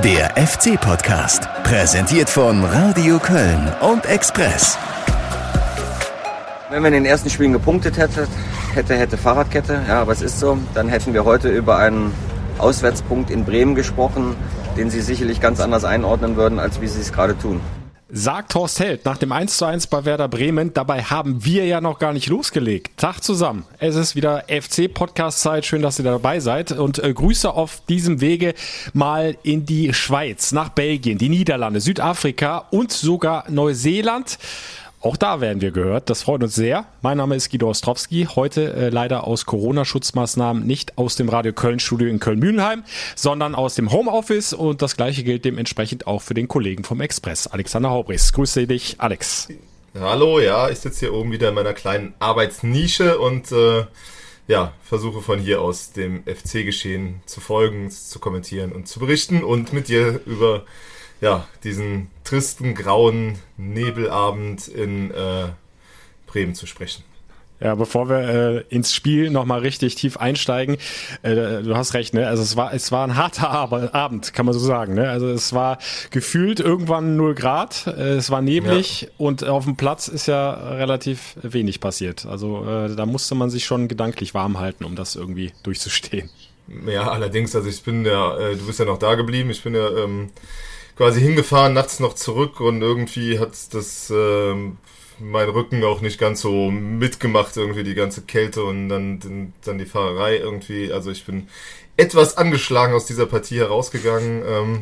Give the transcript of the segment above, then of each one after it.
Der FC-Podcast, präsentiert von Radio Köln und Express. Wenn wir in den ersten Spielen gepunktet hätte Fahrradkette, ja, aber es ist so, dann hätten wir heute über einen Auswärtspunkt in Bremen gesprochen, den Sie sicherlich ganz anders einordnen würden, als wie Sie es gerade tun. Sagt Horst Held nach dem 1:1 bei Werder Bremen. Dabei haben wir ja noch gar nicht losgelegt. Tag zusammen. Es ist wieder FC-Podcast-Zeit. Schön, dass ihr dabei seid. Und Grüße auf diesem Wege mal in die Schweiz, nach Belgien, die Niederlande, Südafrika und sogar Neuseeland. Auch da werden wir gehört. Das freut uns sehr. Mein Name ist Guido Ostrowski. Heute leider aus Corona-Schutzmaßnahmen nicht aus dem Radio Köln-Studio in Köln-Mühlenheim, sondern aus dem Homeoffice. Und das Gleiche gilt dementsprechend auch für den Kollegen vom Express, Alexander Haubrichs. Grüße dich, Alex. Hallo, ja, ich sitze hier oben wieder in meiner kleinen Arbeitsnische und versuche von hier aus dem FC-Geschehen zu folgen, zu kommentieren und zu berichten und mit dir über diesen tristen, grauen Nebelabend in Bremen zu sprechen. Ja, bevor wir ins Spiel nochmal richtig tief einsteigen, du hast recht, ne? Also es war ein harter Abend, kann man so sagen, ne? Also es war gefühlt irgendwann 0 Grad, es war neblig und auf dem Platz ist ja relativ wenig passiert. Also da musste man sich schon gedanklich warm halten, um das irgendwie durchzustehen. Ja, allerdings, also ich bin du bist ja noch da geblieben, ich bin ja quasi hingefahren, nachts noch zurück und irgendwie hat das mein Rücken auch nicht ganz so mitgemacht, irgendwie die ganze Kälte und dann die Fahrerei irgendwie. Also ich bin etwas angeschlagen aus dieser Partie herausgegangen.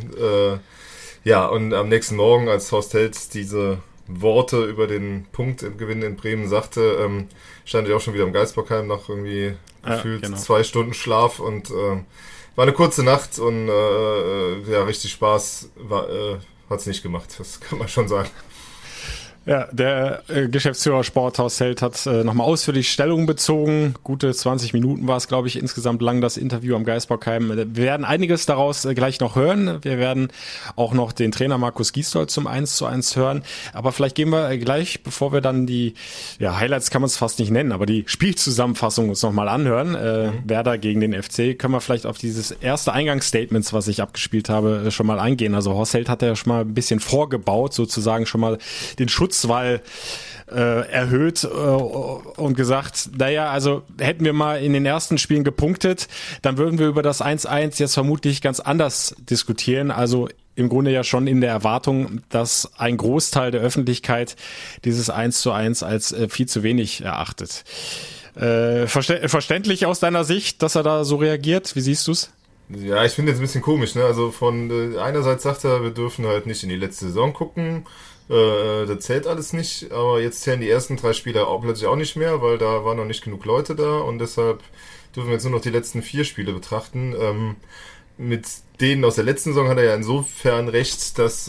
Und am nächsten Morgen, als Horst Held diese Worte über den Punktgewinn in Bremen sagte, stand ich auch schon wieder im Geisbockheim nach irgendwie gefühlt 2 Stunden Schlaf und war eine kurze Nacht und richtig Spaß hat's nicht gemacht, das kann man schon sagen. Ja, der Geschäftsführer Sport Horst Held hat nochmal ausführlich Stellung bezogen. Gute 20 Minuten war es, glaube ich, insgesamt lang, das Interview am Geisbockheim. Wir werden einiges daraus gleich noch hören. Wir werden auch noch den Trainer Markus Gisdol zum 1:1 hören. Aber vielleicht gehen wir gleich, bevor wir dann die Highlights kann man es fast nicht nennen, aber die Spielzusammenfassung uns nochmal anhören. Werder gegen den FC. Können wir vielleicht auf dieses erste Eingangsstatements, was ich abgespielt habe, schon mal eingehen. Also Horst Held hat ja schon mal ein bisschen vorgebaut, sozusagen schon mal den Schutzwall erhöht und gesagt, also hätten wir mal in den ersten Spielen gepunktet, dann würden wir über das 1:1 jetzt vermutlich ganz anders diskutieren. Also im Grunde ja schon in der Erwartung, dass ein Großteil der Öffentlichkeit dieses 1:1 als viel zu wenig erachtet. Verständlich aus deiner Sicht, dass er da so reagiert? Wie siehst du's? Ja, ich finde jetzt ein bisschen komisch, ne? Also von einerseits sagt er, wir dürfen halt nicht in die letzte Saison gucken. Das zählt alles nicht, aber jetzt zählen die ersten 3 Spiele auch plötzlich auch nicht mehr, weil da waren noch nicht genug Leute da und deshalb dürfen wir jetzt nur noch die letzten 4 Spiele betrachten. Mit denen aus der letzten Saison hat er ja insofern recht, dass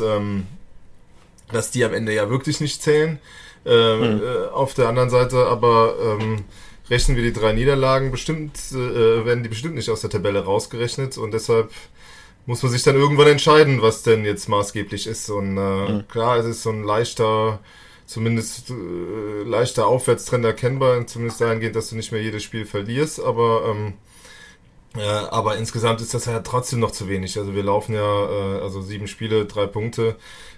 die am Ende ja wirklich nicht zählen. Auf der anderen Seite aber rechnen wir die 3 Niederlagen werden die bestimmt nicht aus der Tabelle rausgerechnet und deshalb muss man sich dann irgendwann entscheiden, was denn jetzt maßgeblich ist. Und klar, es ist so ein leichter Aufwärtstrend erkennbar, zumindest dahingehend, dass du nicht mehr jedes Spiel verlierst, aber insgesamt ist das ja trotzdem noch zu wenig. Also wir laufen ja 7 Spiele, 3 Punkte.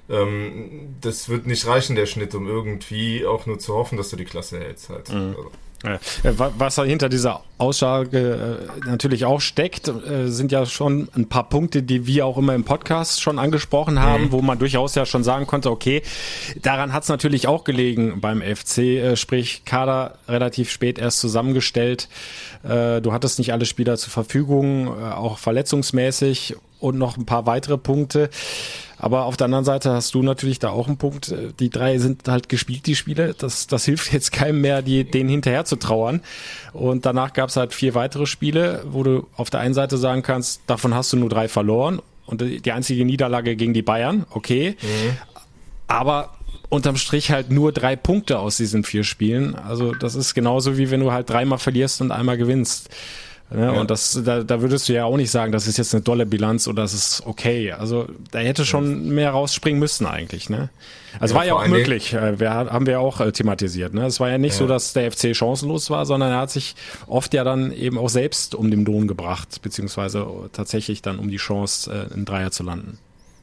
Das wird nicht reichen, der Schnitt, um irgendwie auch nur zu hoffen, dass du die Klasse hältst halt. Also. Was hinter dieser Aussage natürlich auch steckt, sind ja schon ein paar Punkte, die wir auch immer im Podcast schon angesprochen haben, wo man durchaus ja schon sagen konnte, okay, daran hat es natürlich auch gelegen beim FC, sprich Kader relativ spät erst zusammengestellt. Du hattest nicht alle Spieler zur Verfügung, auch verletzungsmäßig und noch ein paar weitere Punkte. Aber auf der anderen Seite hast du natürlich da auch einen Punkt. Die 3 sind halt gespielt, die Spiele. Das hilft jetzt keinem mehr, denen hinterher zu trauern. Und danach gab es halt 4 weitere Spiele, wo du auf der einen Seite sagen kannst, davon hast du nur 3 verloren. Und die einzige Niederlage gegen die Bayern, okay. Aber unterm Strich halt nur 3 Punkte aus diesen 4 Spielen. Also das ist genauso wie wenn du halt 3-mal verlierst und einmal gewinnst. Ja, und da würdest du ja auch nicht sagen, das ist jetzt eine dolle Bilanz oder das ist okay. Also da hätte schon mehr rausspringen müssen eigentlich, ne? Also war ja auch möglich, haben wir auch thematisiert, ne? Es war ja nicht so, dass der FC chancenlos war, sondern er hat sich oft ja dann eben auch selbst um den Lohn gebracht, beziehungsweise tatsächlich dann um die Chance, einen Dreier zu landen.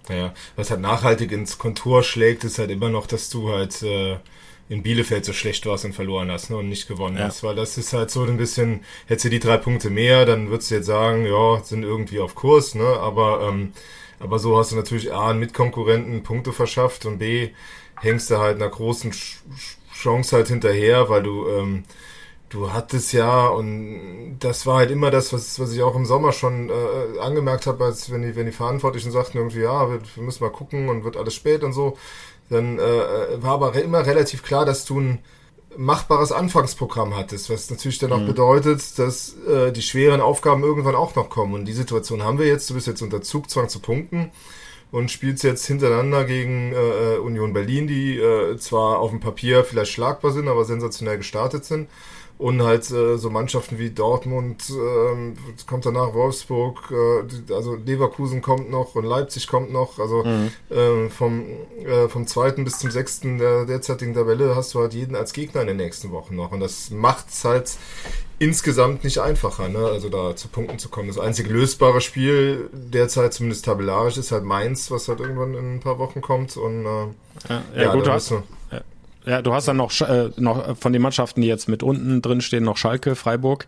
Naja, was halt nachhaltig ins Kontor schlägt, ist halt immer noch, dass du halt in Bielefeld so schlecht warst und verloren hast, ne, und nicht gewonnen hast, weil das ist halt so ein bisschen, hättest du die 3 Punkte mehr, dann würdest du jetzt sagen, ja, sind irgendwie auf Kurs, ne, aber so hast du natürlich A, einen Mitkonkurrenten Punkte verschafft und B, hängst du halt einer großen Chance halt hinterher, weil du hattest ja, und das war halt immer das, was ich auch im Sommer schon angemerkt habe, als wenn die Verantwortlichen sagten irgendwie, ja, wir müssen mal gucken und wird alles spät und so, dann war aber immer relativ klar, dass du ein machbares Anfangsprogramm hattest, was natürlich dann auch bedeutet, dass die schweren Aufgaben irgendwann auch noch kommen. Und die Situation haben wir jetzt. Du bist jetzt unter Zugzwang zu punkten und spielst jetzt hintereinander gegen Union Berlin, die zwar auf dem Papier vielleicht schlagbar sind, aber sensationell gestartet sind. Und halt so Mannschaften wie Dortmund, kommt danach Wolfsburg, also Leverkusen kommt noch und Leipzig kommt noch. Also vom 2. bis zum 6. der derzeitigen Tabelle hast du halt jeden als Gegner in den nächsten Wochen noch. Und das macht's halt insgesamt nicht einfacher, ne? Also da zu Punkten zu kommen. Das einzige lösbare Spiel derzeit, zumindest tabellarisch, ist halt Mainz, was halt irgendwann in ein paar Wochen kommt. Und gut, ja, du hast dann noch von den Mannschaften, die jetzt mit unten drin stehen, noch Schalke, Freiburg.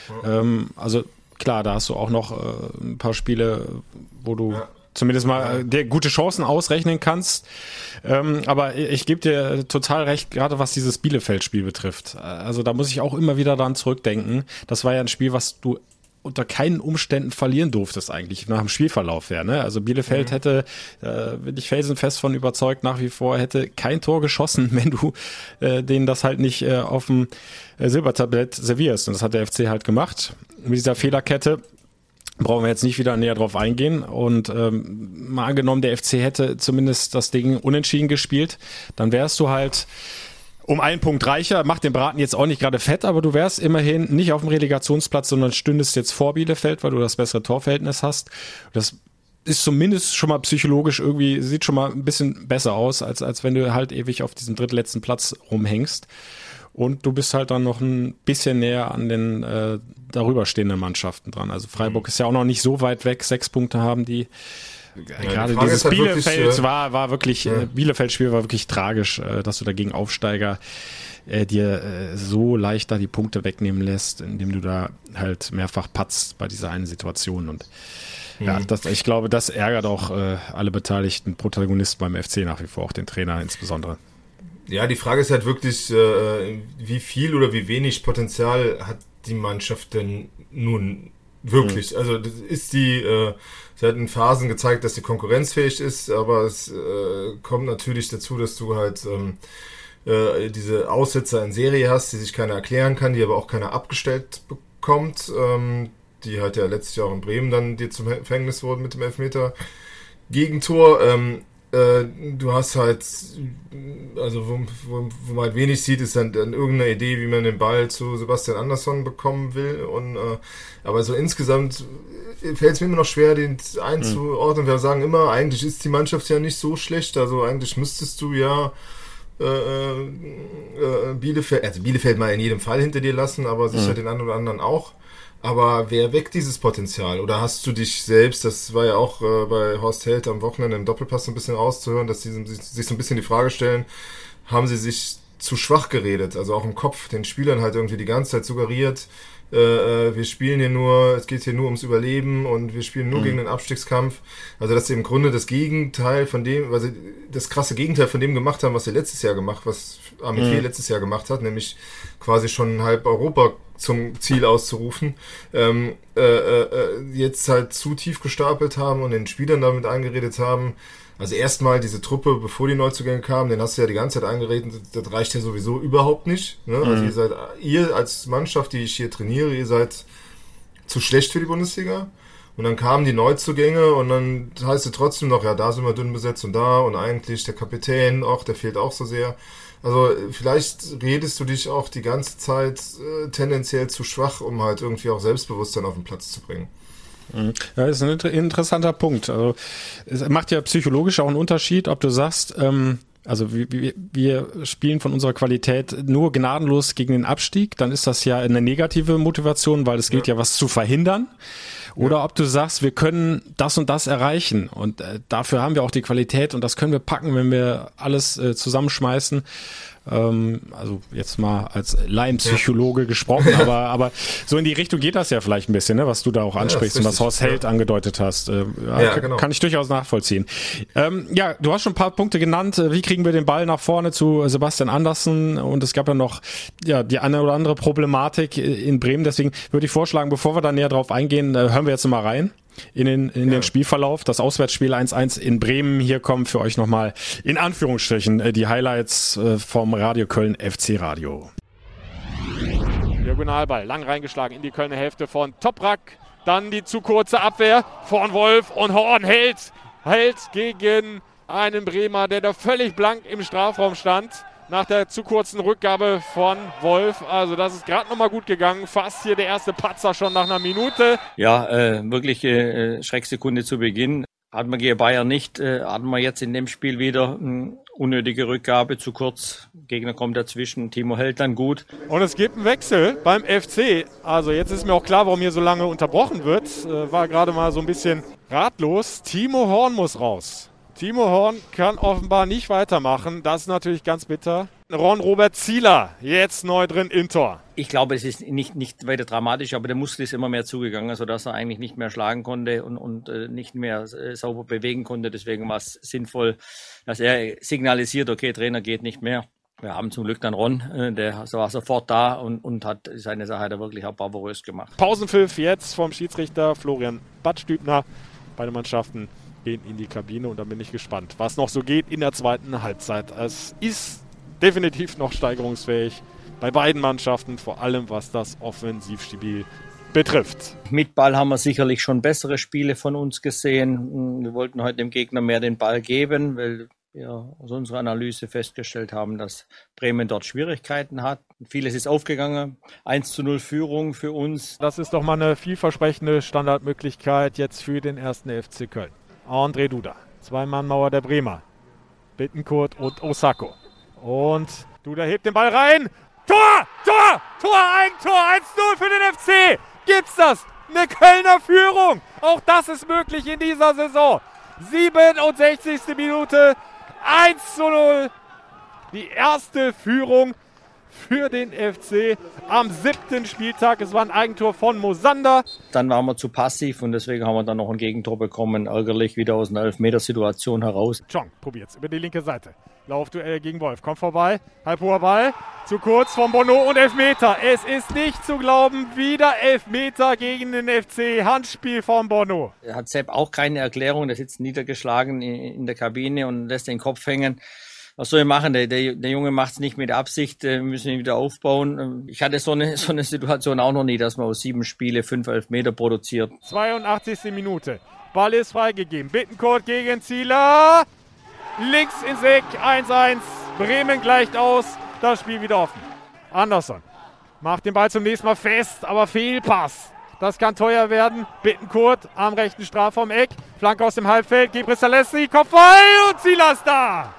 Also klar, da hast du auch noch ein paar Spiele, wo du zumindest mal dir gute Chancen ausrechnen kannst. Aber ich gebe dir total recht, gerade was dieses Bielefeld-Spiel betrifft. Also da muss ich auch immer wieder daran zurückdenken. Das war ja ein Spiel, was du unter keinen Umständen verlieren durftest eigentlich, nach dem Spielverlauf her. Ne? Also Bielefeld hätte, bin ich felsenfest von überzeugt, nach wie vor hätte kein Tor geschossen, wenn du denen das halt nicht auf dem Silbertablett servierst. Und das hat der FC halt gemacht. Mit dieser Fehlerkette brauchen wir jetzt nicht wieder näher drauf eingehen. Und mal angenommen, der FC hätte zumindest das Ding unentschieden gespielt, dann wärst du halt um einen Punkt reicher, macht den Braten jetzt auch nicht gerade fett, aber du wärst immerhin nicht auf dem Relegationsplatz, sondern stündest jetzt vor Bielefeld, weil du das bessere Torverhältnis hast. Das ist zumindest schon mal psychologisch irgendwie, sieht schon mal ein bisschen besser aus, als wenn du halt ewig auf diesem drittletzten Platz rumhängst. Und du bist halt dann noch ein bisschen näher an den darüber stehenden Mannschaften dran. Also Freiburg ist ja auch noch nicht so weit weg, 6 Punkte haben die. Gerade dieses halt Bielefeld war wirklich, Bielefeld-Spiel war wirklich tragisch, dass du dagegen Aufsteiger dir so leicht da die Punkte wegnehmen lässt, indem du da halt mehrfach patzt bei dieser einen Situation. Und ich glaube, das ärgert auch alle beteiligten Protagonisten beim FC nach wie vor, auch den Trainer insbesondere. Ja, die Frage ist halt wirklich, wie viel oder wie wenig Potenzial hat die Mannschaft denn nun wirklich? Also das ist sie hat in Phasen gezeigt, dass sie konkurrenzfähig ist, aber es kommt natürlich dazu, dass du halt diese Aussetzer in Serie hast, die sich keiner erklären kann, die aber auch keiner abgestellt bekommt, die halt ja letztes Jahr auch in Bremen dann dir zum Verhängnis wurden mit dem Elfmeter Gegentor. Du hast halt, also wo man halt wenig sieht, ist dann irgendeine Idee, wie man den Ball zu Sebastian Andersson bekommen will. Und aber so insgesamt fällt es mir immer noch schwer, den einzuordnen. Wir sagen immer, eigentlich ist die Mannschaft ja nicht so schlecht. Also eigentlich müsstest du ja Bielefeld mal in jedem Fall hinter dir lassen, aber sicher den einen oder anderen auch. Aber wer weckt dieses Potenzial? Oder hast du dich selbst, das war ja auch bei Horst Held am Wochenende im Doppelpass so ein bisschen rauszuhören, dass sie sich so ein bisschen die Frage stellen, haben sie sich zu schwach geredet? Also auch im Kopf den Spielern halt irgendwie die ganze Zeit suggeriert, wir spielen hier nur, es geht hier nur ums Überleben und wir spielen nur gegen den Abstiegskampf. Also dass sie im Grunde das Gegenteil von dem, weil sie das krasse Gegenteil von dem gemacht haben, was sie letztes Jahr was Armin Fee letztes Jahr gemacht hat, nämlich quasi schon halb Europa zum Ziel auszurufen, jetzt halt zu tief gestapelt haben und den Spielern damit eingeredet haben. Also erstmal diese Truppe, bevor die Neuzugänge kamen, den hast du ja die ganze Zeit eingeredet, das reicht ja sowieso überhaupt nicht. Ne? Also ihr als Mannschaft, die ich hier trainiere, ihr seid zu schlecht für die Bundesliga. Und dann kamen die Neuzugänge und dann heißt es trotzdem noch, ja, da sind wir dünn besetzt und da und eigentlich der Kapitän, der fehlt auch so sehr. Also vielleicht redest du dich auch die ganze Zeit tendenziell zu schwach, um halt irgendwie auch Selbstbewusstsein auf den Platz zu bringen. Ja, das ist ein interessanter Punkt. Also es macht ja psychologisch auch einen Unterschied, ob du sagst, also wir spielen von unserer Qualität nur gnadenlos gegen den Abstieg, dann ist das ja eine negative Motivation, weil es gilt ja was zu verhindern. oder ob du sagst, wir können das und das erreichen und dafür haben wir auch die Qualität und das können wir packen, wenn wir alles zusammenschmeißen. Also jetzt mal als Laienpsychologe gesprochen, aber so in die Richtung geht das ja vielleicht ein bisschen, ne, was du da auch ansprichst und was Horst Held angedeutet hast. Genau. Kann ich durchaus nachvollziehen. Du hast schon ein paar Punkte genannt. Wie kriegen wir den Ball nach vorne zu Sebastian Andersson? Und es gab ja noch die eine oder andere Problematik in Bremen. Deswegen würde ich vorschlagen, bevor wir da näher drauf eingehen, hören wir jetzt mal rein in den Spielverlauf. Das Auswärtsspiel 1-1 in Bremen. Hier kommen für euch nochmal in Anführungsstrichen die Highlights vom Radio Köln FC Radio. Diagonalball, lang reingeschlagen in die Kölner Hälfte von Toprak. Dann die zu kurze Abwehr von Wolf und Horn hält gegen einen Bremer, der da völlig blank im Strafraum stand. Nach der zu kurzen Rückgabe von Wolf. Also das ist gerade nochmal gut gegangen. Fast hier der erste Patzer schon nach einer Minute. Ja, wirklich Schrecksekunde zu Beginn. Hatten wir gegen Bayern nicht. Hatten wir jetzt in dem Spiel wieder unnötige Rückgabe, zu kurz. Gegner kommt dazwischen. Timo hält dann gut. Und es gibt einen Wechsel beim FC. Also jetzt ist mir auch klar, warum hier so lange unterbrochen wird. War gerade mal so ein bisschen ratlos. Timo Horn muss raus. Timo Horn kann offenbar nicht weitermachen. Das ist natürlich ganz bitter. Ron-Robert Zieler, jetzt neu drin im Tor. Ich glaube, es ist nicht weiter dramatisch, aber der Muskel ist immer mehr zugegangen, sodass er eigentlich nicht mehr schlagen konnte und nicht mehr sauber bewegen konnte. Deswegen war es sinnvoll, dass er signalisiert, okay, Trainer geht nicht mehr. Wir haben zum Glück dann Ron, der war sofort da und hat seine Sache da wirklich auch bravourös gemacht. Pausenpfiff jetzt vom Schiedsrichter Florian Badstübner. Beide Mannschaften gehen in die Kabine und dann bin ich gespannt, was noch so geht in der zweiten Halbzeit. Es ist definitiv noch steigerungsfähig bei beiden Mannschaften, vor allem was das Offensivspiel betrifft. Mit Ball haben wir sicherlich schon bessere Spiele von uns gesehen. Wir wollten heute dem Gegner mehr den Ball geben, weil wir aus unserer Analyse festgestellt haben, dass Bremen dort Schwierigkeiten hat. Vieles ist aufgegangen. 1:0 Führung für uns. Das ist doch mal eine vielversprechende Standardmöglichkeit jetzt für den 1. FC Köln. André Duda, Zwei-Mann-Mauer der Bremer. Bittencourt und Osako. Und Duda hebt den Ball rein. Tor! Eigentor! 1:0 für den FC! Gibt's das? Eine Kölner Führung! Auch das ist möglich in dieser Saison. 67. Minute. 1:0. Die erste Führung für den FC am 7. Spieltag. Es war ein Eigentor von Mosander. Dann waren wir zu passiv und deswegen haben wir dann noch ein Gegentor bekommen. Ärgerlich wieder aus einer Elfmetersituation heraus. Chong probiert's über die linke Seite. Laufduell gegen Wolf. Kommt vorbei. Halbhoher Ball. Zu kurz von Bono und Elfmeter. Es ist nicht zu glauben. Wieder Elfmeter gegen den FC. Handspiel von Bono. Hat Sepp auch keine Erklärung. Der sitzt niedergeschlagen in der Kabine und lässt den Kopf hängen. Was soll ich machen? Der Junge macht es nicht mit Absicht. Wir müssen ihn wieder aufbauen. Ich hatte so eine Situation auch noch nie, dass man aus 7 Spiele 5 Elfmeter produziert. 82. Minute. Ball ist freigegeben. Bittencourt gegen Zieler. Links ins Eck. 1:1. Bremen gleicht aus. Das Spiel wieder offen. Andersson macht den Ball zum nächsten Mal fest, aber Fehlpass. Das kann teuer werden. Bittencourt am rechten Strafraum-Eck. Flanke aus dem Halbfeld. Gebre Salessi. Kopfball und Zieler ist da.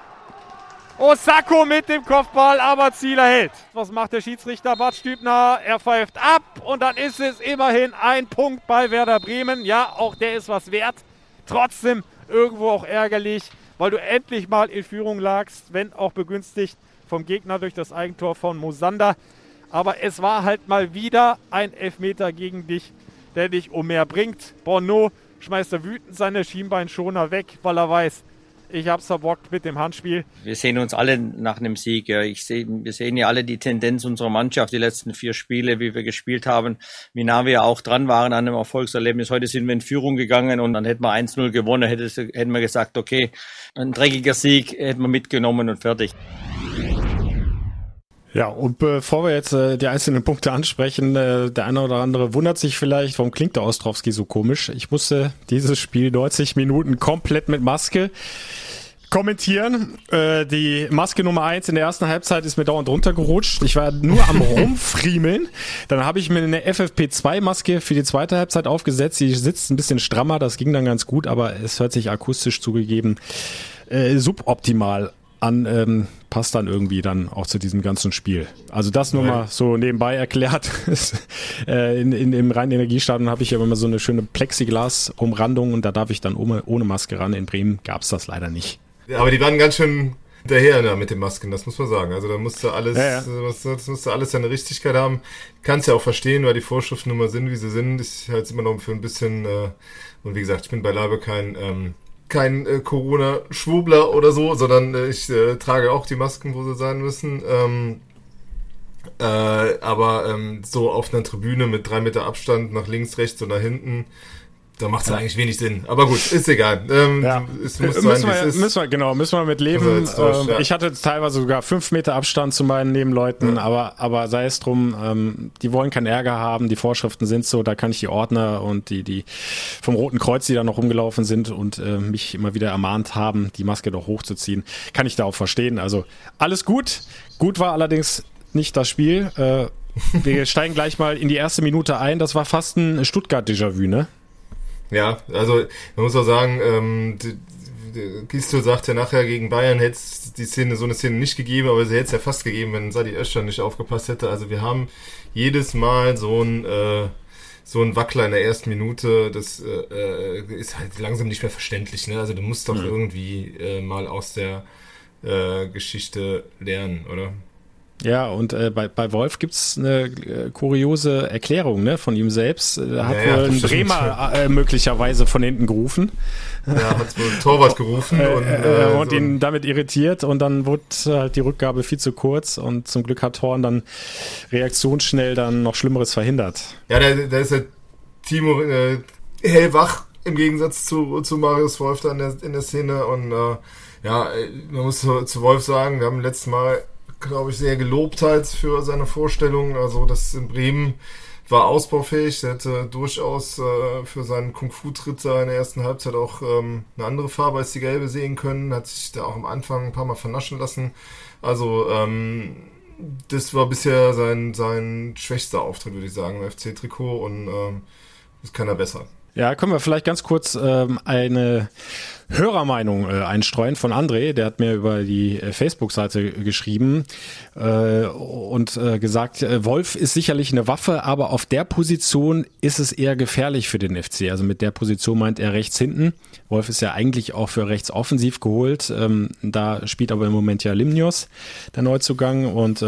Osako mit dem Kopfball, aber Zieler hält. Was macht der Schiedsrichter Badstübner? Er pfeift ab und dann ist es immerhin ein Punkt bei Werder Bremen. Ja, auch der ist was wert. Trotzdem irgendwo auch ärgerlich, weil du endlich mal in Führung lagst, wenn auch begünstigt vom Gegner durch das Eigentor von Mosander. Aber es war halt mal wieder ein Elfmeter gegen dich, der dich um mehr bringt. Bono schmeißt er wütend seine Schienbeinschoner weg, weil er weiß, ich hab's verbockt mit dem Handspiel. Wir sehen uns alle nach einem Sieg. Ja. Wir sehen ja alle die Tendenz unserer Mannschaft, die letzten 4 Spiele, wie wir gespielt haben, wie nah wir auch dran waren an einem Erfolgserlebnis. Heute sind wir in Führung gegangen und dann hätten wir 1:0 gewonnen, hätten wir gesagt, okay, ein dreckiger Sieg hätten wir mitgenommen und fertig. Ja, und bevor wir jetzt die einzelnen Punkte ansprechen, der eine oder andere wundert sich vielleicht, warum klingt der Ostrowski so komisch. Ich musste dieses Spiel 90 Minuten komplett mit Maske kommentieren. Die Maske Nummer 1 in der ersten Halbzeit ist mir dauernd runtergerutscht. Ich war nur am Rumfriemeln. Dann habe ich mir eine FFP2-Maske für die zweite Halbzeit aufgesetzt. Die sitzt ein bisschen strammer, das ging dann ganz gut, aber es hört sich akustisch zugegeben suboptimal an, passt dann irgendwie dann auch zu diesem ganzen Spiel. Also das nur mal so nebenbei erklärt. Im reinen Energiestadion habe ich ja immer so eine schöne Plexiglas-Umrandung und da darf ich dann ohne Maske ran. In Bremen gab es das leider nicht. Ja, aber die waren ganz schön hinterher mit den Masken, das muss man sagen. Also da musste alles, das musste alles seine Richtigkeit haben. Kannst ja auch verstehen, weil die Vorschriften nun mal sind, wie sie sind. Ich halte es immer noch für ein bisschen, und wie gesagt, ich bin beileibe kein Corona-Schwurbler oder so, sondern ich trage auch die Masken, wo sie sein müssen. Aber so auf einer Tribüne mit 3 Meter Abstand nach links, rechts und nach hinten, da macht es eigentlich wenig Sinn. Aber gut, ist egal. Es muss sein, müssen wir mit leben. Ich hatte teilweise sogar 5 Meter Abstand zu meinen Nebenleuten, aber sei es drum, die wollen keinen Ärger haben, die Vorschriften sind so, da kann ich die Ordner und die vom Roten Kreuz, die da noch rumgelaufen sind und mich immer wieder ermahnt haben, die Maske doch hochzuziehen, kann ich da auch verstehen. Also alles gut. Gut war allerdings nicht das Spiel. Wir steigen gleich mal in die erste Minute ein. Das war fast ein Stuttgart-Déjà-vu, ne? Ja, also man muss auch sagen, Gisdol sagt ja nachher, gegen Bayern hätte es so eine Szene nicht gegeben, aber sie hätte es ja fast gegeben, wenn Sadi Özcan nicht aufgepasst hätte. Also wir haben jedes Mal so ein Wackler in der ersten Minute, das ist halt langsam nicht mehr verständlich, ne? Also du musst doch irgendwie mal aus der Geschichte lernen, oder? Ja, und bei Wolf gibt's eine kuriose Erklärung, ne, von ihm selbst. Er hat wohl einen Bremer möglicherweise von hinten gerufen. Ja, hat wohl einen Torwart gerufen und ihn damit irritiert und dann wurde halt die Rückgabe viel zu kurz und zum Glück hat Horn dann reaktionsschnell dann noch Schlimmeres verhindert. Ja, da ist der Timo hellwach im Gegensatz zu Marius Wolf da in der Szene und man muss zu Wolf sagen, wir haben letztes Mal, glaube ich, sehr gelobt halt für seine Vorstellung. Also das in Bremen war ausbaufähig. Er hätte durchaus für seinen Kung-Fu-Tritt in der ersten Halbzeit auch eine andere Farbe als die gelbe sehen können. Hat sich da auch am Anfang ein paar Mal vernaschen lassen. Also das war bisher sein schwächster Auftritt, würde ich sagen, im FC-Trikot und das kann er besser. Ja, können wir vielleicht ganz kurz eine Hörermeinung einstreuen von André, der hat mir über die Facebook-Seite geschrieben und gesagt, Wolf ist sicherlich eine Waffe, aber auf der Position ist es eher gefährlich für den FC. Also mit der Position meint er rechts hinten. Wolf ist ja eigentlich auch für rechts offensiv geholt. Da spielt aber im Moment ja Limnios, der Neuzugang, und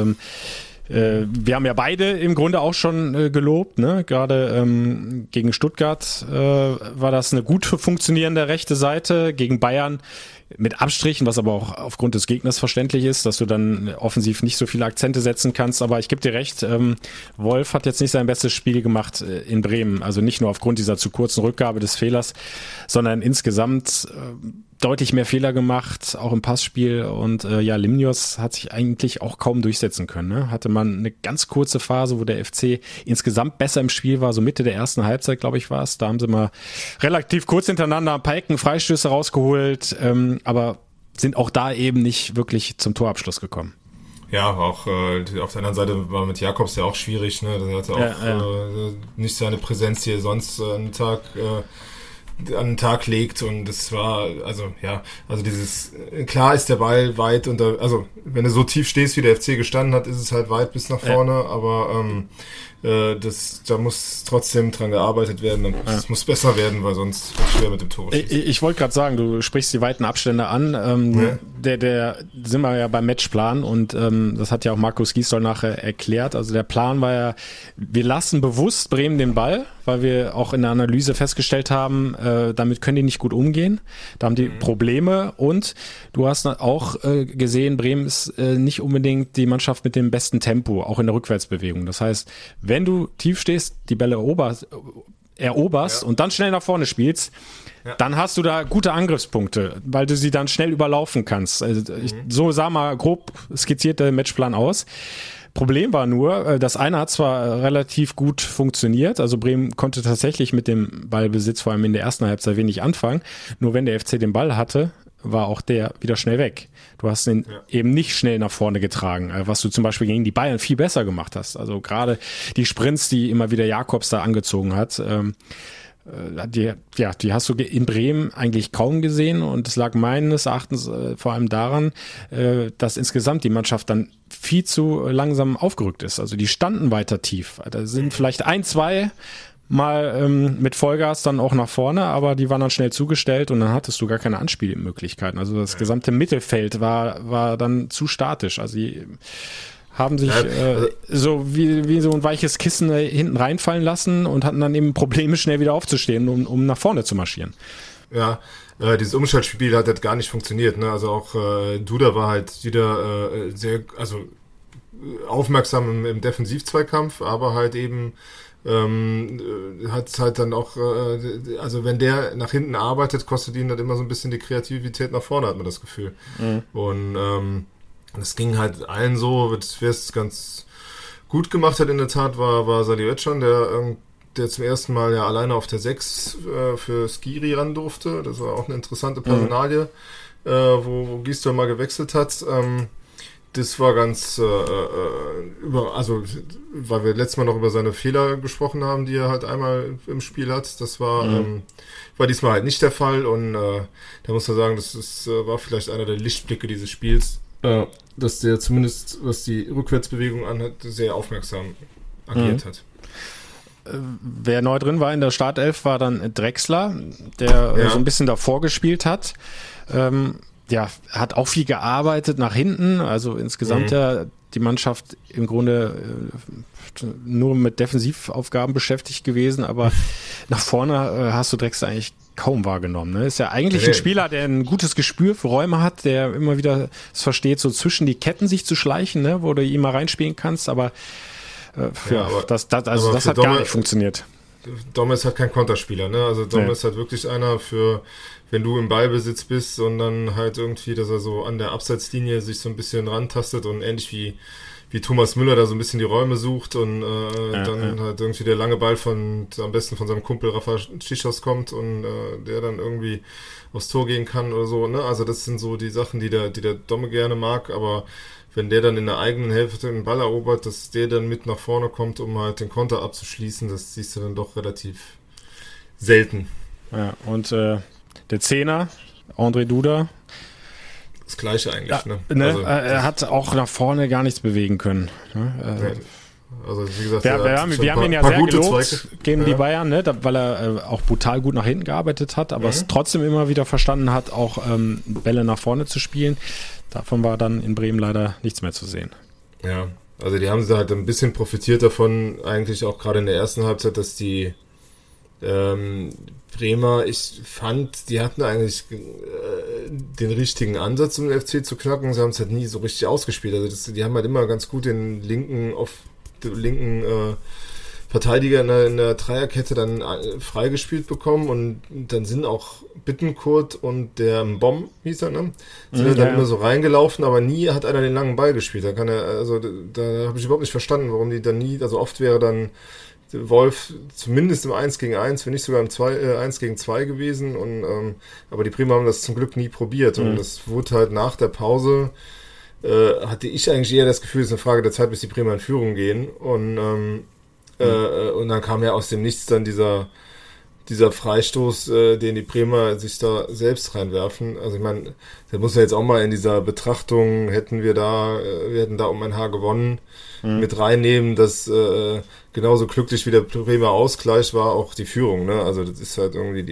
wir haben ja beide im Grunde auch schon gelobt, ne? Gerade gegen Stuttgart war das eine gut funktionierende rechte Seite, gegen Bayern mit Abstrichen, was aber auch aufgrund des Gegners verständlich ist, dass du dann offensiv nicht so viele Akzente setzen kannst. Aber ich gebe dir recht, Wolf hat jetzt nicht sein bestes Spiel gemacht in Bremen. Also nicht nur aufgrund dieser zu kurzen Rückgabe des Fehlers, sondern insgesamt deutlich mehr Fehler gemacht, auch im Passspiel. Und Limnios hat sich eigentlich auch kaum durchsetzen können. Ne? Hatte man eine ganz kurze Phase, wo der FC insgesamt besser im Spiel war, so Mitte der ersten Halbzeit, glaube ich, war es. Da haben sie mal relativ kurz hintereinander ein paar Ecken, Freistöße rausgeholt, aber sind auch da eben nicht wirklich zum Torabschluss gekommen. Ja, auch auf der anderen Seite war mit Jakobs ja auch schwierig. Ne? Der hatte auch nicht seine Präsenz, die er sonst an den Tag legt, und das war, also dieses, klar ist der Ball weit unter, also wenn du so tief stehst, wie der FC gestanden hat, ist es halt weit bis nach vorne, aber da muss trotzdem dran gearbeitet werden und es muss besser werden, weil sonst wird es schwer mit dem Tor. Ich wollte gerade sagen, du sprichst die weiten Abstände an, der sind wir ja beim Matchplan, und das hat ja auch Markus Gisdol nachher erklärt. Also der Plan war ja, wir lassen bewusst Bremen den Ball, weil wir auch in der Analyse festgestellt haben, damit können die nicht gut umgehen, da haben die Probleme, und du hast auch gesehen, Bremen ist nicht unbedingt die Mannschaft mit dem besten Tempo, auch in der Rückwärtsbewegung. Das heißt, wenn du tief stehst, die Bälle eroberst und dann schnell nach vorne spielst, dann hast du da gute Angriffspunkte, weil du sie dann schnell überlaufen kannst. Also so sah mal grob skizziert der Matchplan aus. Problem war nur, das eine hat zwar relativ gut funktioniert, also Bremen konnte tatsächlich mit dem Ballbesitz vor allem in der ersten Halbzeit wenig anfangen, nur wenn der FC den Ball hatte, war auch der wieder schnell weg. Du hast ihn eben nicht schnell nach vorne getragen, was du zum Beispiel gegen die Bayern viel besser gemacht hast. Also gerade die Sprints, die immer wieder Jakobs da angezogen hat, die hast du in Bremen eigentlich kaum gesehen und es lag meines Erachtens vor allem daran, dass insgesamt die Mannschaft dann viel zu langsam aufgerückt ist. Also die standen weiter tief. Da sind vielleicht 1-2 mal mit Vollgas dann auch nach vorne, aber die waren dann schnell zugestellt und dann hattest du gar keine Anspielmöglichkeiten. Also das gesamte Mittelfeld war dann zu statisch. Also die haben sich so wie so ein weiches Kissen hinten reinfallen lassen und hatten dann eben Probleme, schnell wieder aufzustehen, um nach vorne zu marschieren. Ja, dieses Umschaltspiel hat halt gar nicht funktioniert. Ne? Also auch Duda war halt wieder sehr aufmerksam im Defensiv-Zweikampf, aber halt eben hat es halt dann auch, also wenn der nach hinten arbeitet, kostet ihn dann immer so ein bisschen die Kreativität nach vorne, hat man das Gefühl. Und das ging halt allen so, wer es ganz gut gemacht hat in der Tat, war Salih Özcan, der zum ersten Mal ja alleine auf der 6 für Skiri ran durfte. Das war auch eine interessante Personalie, wo Gisdol mal gewechselt hat. Das war ganz, weil wir letztes Mal noch über seine Fehler gesprochen haben, die er halt einmal im Spiel hat. Das war diesmal halt nicht der Fall und da muss man sagen, das war vielleicht einer der Lichtblicke dieses Spiels. Dass der zumindest, was die Rückwärtsbewegung anhat, sehr aufmerksam agiert hat. Wer neu drin war in der Startelf, war dann Drexler, der so ein bisschen davor gespielt hat. Hat auch viel gearbeitet nach hinten, also insgesamt die Mannschaft im Grunde nur mit Defensivaufgaben beschäftigt gewesen, aber nach vorne hast du Drexler eigentlich kaum wahrgenommen. Ne? Ist ja eigentlich ein Spieler, der ein gutes Gespür für Räume hat, der immer wieder es versteht, so zwischen die Ketten sich zu schleichen, ne? Wo du ihn mal reinspielen kannst, aber das hat gar nicht funktioniert. Domme ist halt kein Konterspieler, ne? Also Domme ist halt wirklich einer für, wenn du im Ballbesitz bist und dann halt irgendwie, dass er so an der Abseitslinie sich so ein bisschen rantastet und ähnlich wie Thomas Müller da so ein bisschen die Räume sucht und halt irgendwie der lange Ball am besten von seinem Kumpel Rafa Schichos kommt und der dann irgendwie aufs Tor gehen kann oder so, ne? Also das sind so die Sachen, die der Domme gerne mag, aber wenn der dann in der eigenen Hälfte den Ball erobert, dass der dann mit nach vorne kommt, um halt den Konter abzuschließen, das siehst du dann doch relativ selten. Ja, und der Zehner, André Duda, das Gleiche eigentlich, Also, er hat auch nach vorne gar nichts bewegen können. Ne? Also wie gesagt, wir haben ihn ja sehr gelobt gegen die Bayern, ne? Weil er auch brutal gut nach hinten gearbeitet hat, aber es trotzdem immer wieder verstanden hat, auch Bälle nach vorne zu spielen. Davon war dann in Bremen leider nichts mehr zu sehen. Ja, also die haben halt ein bisschen profitiert davon, eigentlich auch gerade in der ersten Halbzeit, dass die Bremer, ich fand, die hatten eigentlich den richtigen Ansatz, um den FC zu knacken. Sie haben es halt nie so richtig ausgespielt. Also die haben halt immer ganz gut den linken Verteidiger in der Dreierkette dann freigespielt bekommen und dann sind auch Bittencourt und der Mbom, hieß er, ne? Sind dann immer so reingelaufen, aber nie hat einer den langen Ball gespielt. Da habe ich überhaupt nicht verstanden, warum die dann nie, also oft wäre dann Wolf zumindest im 1 gegen 1, wenn nicht sogar im 1 gegen 2 gewesen und aber die Bremer haben das zum Glück nie probiert und das wurde halt nach der Pause hatte ich eigentlich eher das Gefühl, es ist eine Frage der Zeit, bis die Bremer in Führung gehen und dann kam ja aus dem Nichts dann dieser Freistoß, den die Bremer sich da selbst reinwerfen. Also ich meine, da muss ja jetzt auch mal in dieser Betrachtung, wir hätten da um ein Haar gewonnen, mit reinnehmen, dass genauso glücklich wie der Bremer Ausgleich war auch die Führung, ne? Also das ist halt irgendwie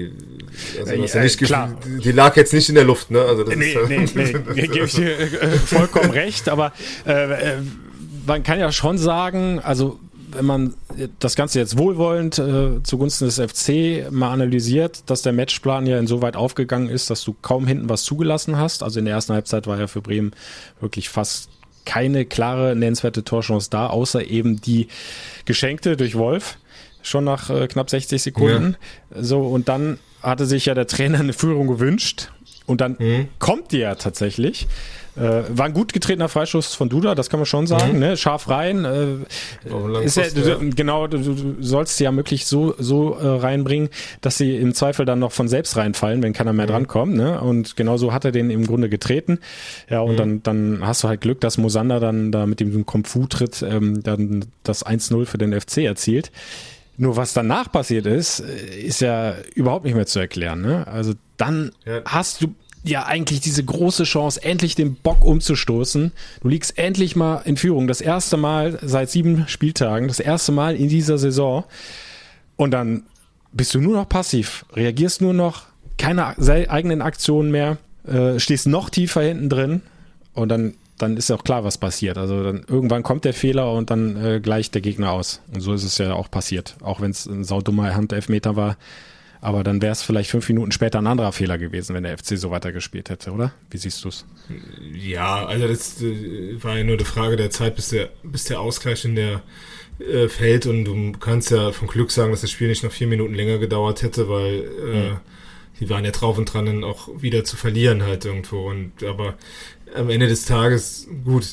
die lag jetzt nicht in der Luft, ne? Also das gebe ich dir vollkommen recht, aber man kann ja schon sagen, also wenn man das Ganze jetzt wohlwollend zugunsten des FC mal analysiert, dass der Matchplan ja insoweit aufgegangen ist, dass du kaum hinten was zugelassen hast. Also in der ersten Halbzeit war ja für Bremen wirklich fast keine klare, nennenswerte Torchance da, außer eben die geschenkte durch Wolf, schon nach knapp 60 Sekunden. Ja. So, und dann hatte sich ja der Trainer eine Führung gewünscht und dann kommt die ja tatsächlich. War ein gut getretener Freistoß von Duda, das kann man schon sagen, ne? Scharf rein. Genau, du sollst sie ja möglichst so reinbringen, dass sie im Zweifel dann noch von selbst reinfallen, wenn keiner mehr drankommt, ne? Und genauso hat er den im Grunde getreten. Ja, und dann hast du halt Glück, dass Mosander dann da mit dem Kung-Fu-Tritt dann das 1-0 für den FC erzielt. Nur was danach passiert ist ja überhaupt nicht mehr zu erklären. Ne? Also dann hast du ja eigentlich diese große Chance, endlich den Bock umzustoßen. Du liegst endlich mal in Führung. Das erste Mal seit 7 Spieltagen, das erste Mal in dieser Saison. Und dann bist du nur noch passiv, reagierst nur noch, keine eigenen Aktionen mehr, stehst noch tiefer hinten drin und dann ist ja auch klar, was passiert. Also dann irgendwann kommt der Fehler und dann gleicht der Gegner aus. Und so ist es ja auch passiert. Auch wenn es ein saudummer Handelfmeter war. Aber dann wäre es vielleicht 5 Minuten später ein anderer Fehler gewesen, wenn der FC so weitergespielt hätte, oder? Wie siehst du es? Ja, also das war ja nur eine Frage der Zeit, bis der Ausgleich in der fällt. Und du kannst ja vom Glück sagen, dass das Spiel nicht noch 4 Minuten länger gedauert hätte, weil die waren ja drauf und dran, dann auch wieder zu verlieren halt irgendwo. Aber am Ende des Tages, gut,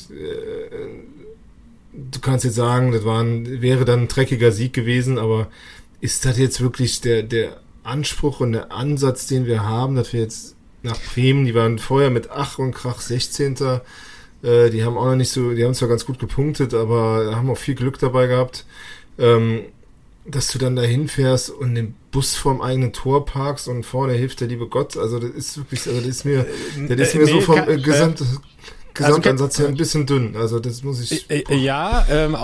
du kannst jetzt sagen, wäre dann ein dreckiger Sieg gewesen, aber ist das jetzt wirklich der Anspruch und der Ansatz, den wir haben, dass wir jetzt nach Bremen, die waren vorher mit Ach und Krach 16. Die haben auch noch nicht so, die haben zwar ganz gut gepunktet, aber haben auch viel Glück dabei gehabt, dass du dann da hinfährst und den Bus vorm eigenen Tor parkst und vorne hilft der liebe Gott. Also das ist wirklich, das ist mir so vom Gesamtansatz her ein bisschen dünn. Also das muss ich... Ja,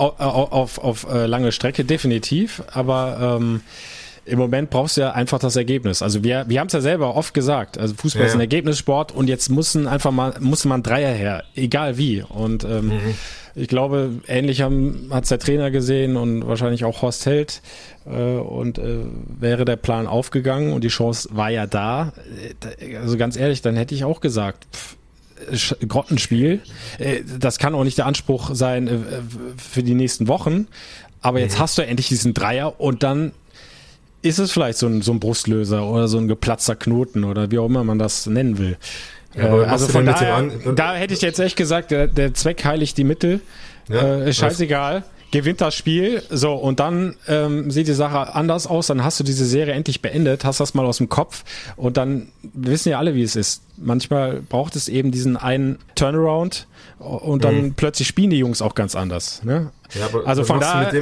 auf lange Strecke definitiv, aber im Moment brauchst du ja einfach das Ergebnis. Also wir haben es ja selber oft gesagt, also Fußball ist ein Ergebnissport und jetzt muss man ein Dreier her, egal wie. Und ich glaube, ähnlich hat's der Trainer gesehen und wahrscheinlich auch Horst Held und wäre der Plan aufgegangen und die Chance war ja da. Also ganz ehrlich, dann hätte ich auch gesagt, Grottenspiel, das kann auch nicht der Anspruch sein für die nächsten Wochen, aber jetzt hast du endlich diesen Dreier und dann ist es vielleicht so ein Brustlöser oder so ein geplatzter Knoten oder wie auch immer man das nennen will. Ja, also von daher, da hätte ich jetzt echt gesagt, der Zweck heiligt die Mittel. Ist scheißegal. Gewinnt das Spiel, so, und dann sieht die Sache anders aus, dann hast du diese Serie endlich beendet, hast das mal aus dem Kopf und dann wissen ja alle, wie es ist. Manchmal braucht es eben diesen einen Turnaround und dann plötzlich spielen die Jungs auch ganz anders. Ne? Ja, aber also von daher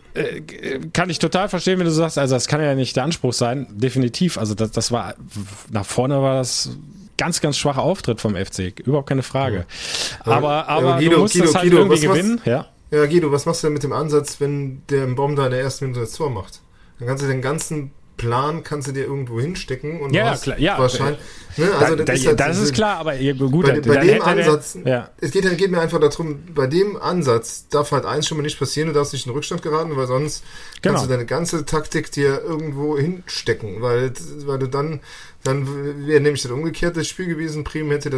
kann ich total verstehen, wenn du sagst, also das kann ja nicht der Anspruch sein, definitiv, also das war, nach vorne war das ganz, ganz schwacher Auftritt vom FC, überhaupt keine Frage. Ja. Aber Guido, du musst es halt irgendwie gewinnen, ja. Ja, Guido, was machst du denn mit dem Ansatz, wenn der Bomb da in der ersten Minute das Tor macht? Dann kannst du den ganzen Plan dir irgendwo hinstecken und klar, wahrscheinlich. Ne, also das ist klar, aber gut. Bei dem Ansatz, es geht mir einfach darum, bei dem Ansatz darf halt eins schon mal nicht passieren, du darfst nicht in Rückstand geraten, weil sonst kannst du deine ganze Taktik dir irgendwo hinstecken, weil du dann wäre nämlich das umgekehrte Spiel gewesen, Bremen hätte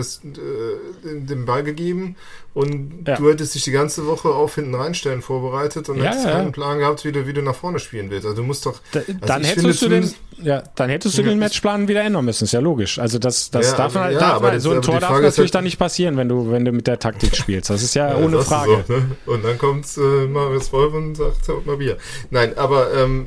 den Ball gegeben und du hättest dich die ganze Woche auf hinten reinstellen vorbereitet und hättest keinen Plan gehabt, wie du nach vorne spielen willst. Also du musst doch... Dann hättest du den Matchplan wieder ändern müssen, ist ja logisch. Also das darf man halt, so ein Tor darf natürlich dann nicht passieren, wenn du mit der Taktik spielst. Das ist ja ohne Frage. So, ne? Und dann kommt Marius Wolf und sagt, haut mal Bier. Nein, aber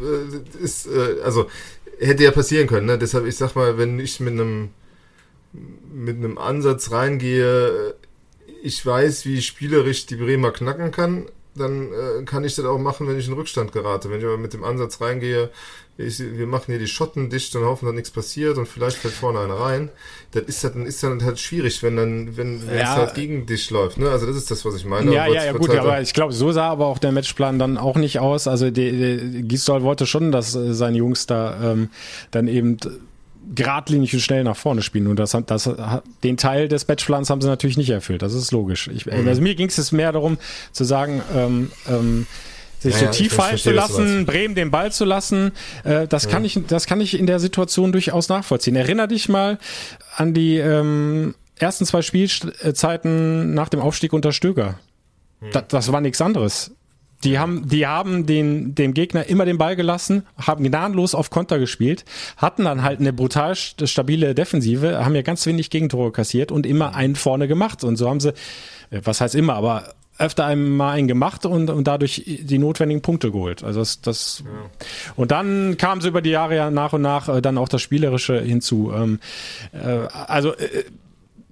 hätte ja passieren können, ne? Deshalb, ich sag mal, wenn ich mit einem Ansatz reingehe, ich weiß, wie spielerisch die Bremer knacken kann, dann kann ich das auch machen, wenn ich in Rückstand gerate. Wenn ich aber mit dem Ansatz reingehe, wir machen hier die Schotten dicht und hoffen, dass nichts passiert und vielleicht fällt vorne einer rein, dann ist dann halt schwierig, wenn es halt gegen dich läuft. Ne? Also das ist das, was ich meine. Ja, gut, aber ich glaube, so sah aber auch der Matchplan dann auch nicht aus. Also Gisdol wollte schon, dass seine Jungs da dann eben geradlinig und schnell nach vorne spielen. Und den Teil des Matchplans haben sie natürlich nicht erfüllt. Das ist logisch. Also mir ging es mehr darum, zu sagen, sich so tief fallen zu lassen, Bremen den Ball zu lassen, das kann ich in der Situation durchaus nachvollziehen. Erinner dich mal an die ersten 2 Spielzeiten nach dem Aufstieg unter Stöger. Das war nichts anderes. Die haben dem Gegner immer den Ball gelassen, haben gnadenlos auf Konter gespielt, hatten dann halt eine brutal stabile Defensive, haben ja ganz wenig Gegentore kassiert und immer einen vorne gemacht. Und so haben sie, was heißt immer, aber öfter einmal einen gemacht und dadurch die notwendigen Punkte geholt. Also und dann kamen sie über die Jahre ja nach und nach dann auch das Spielerische hinzu.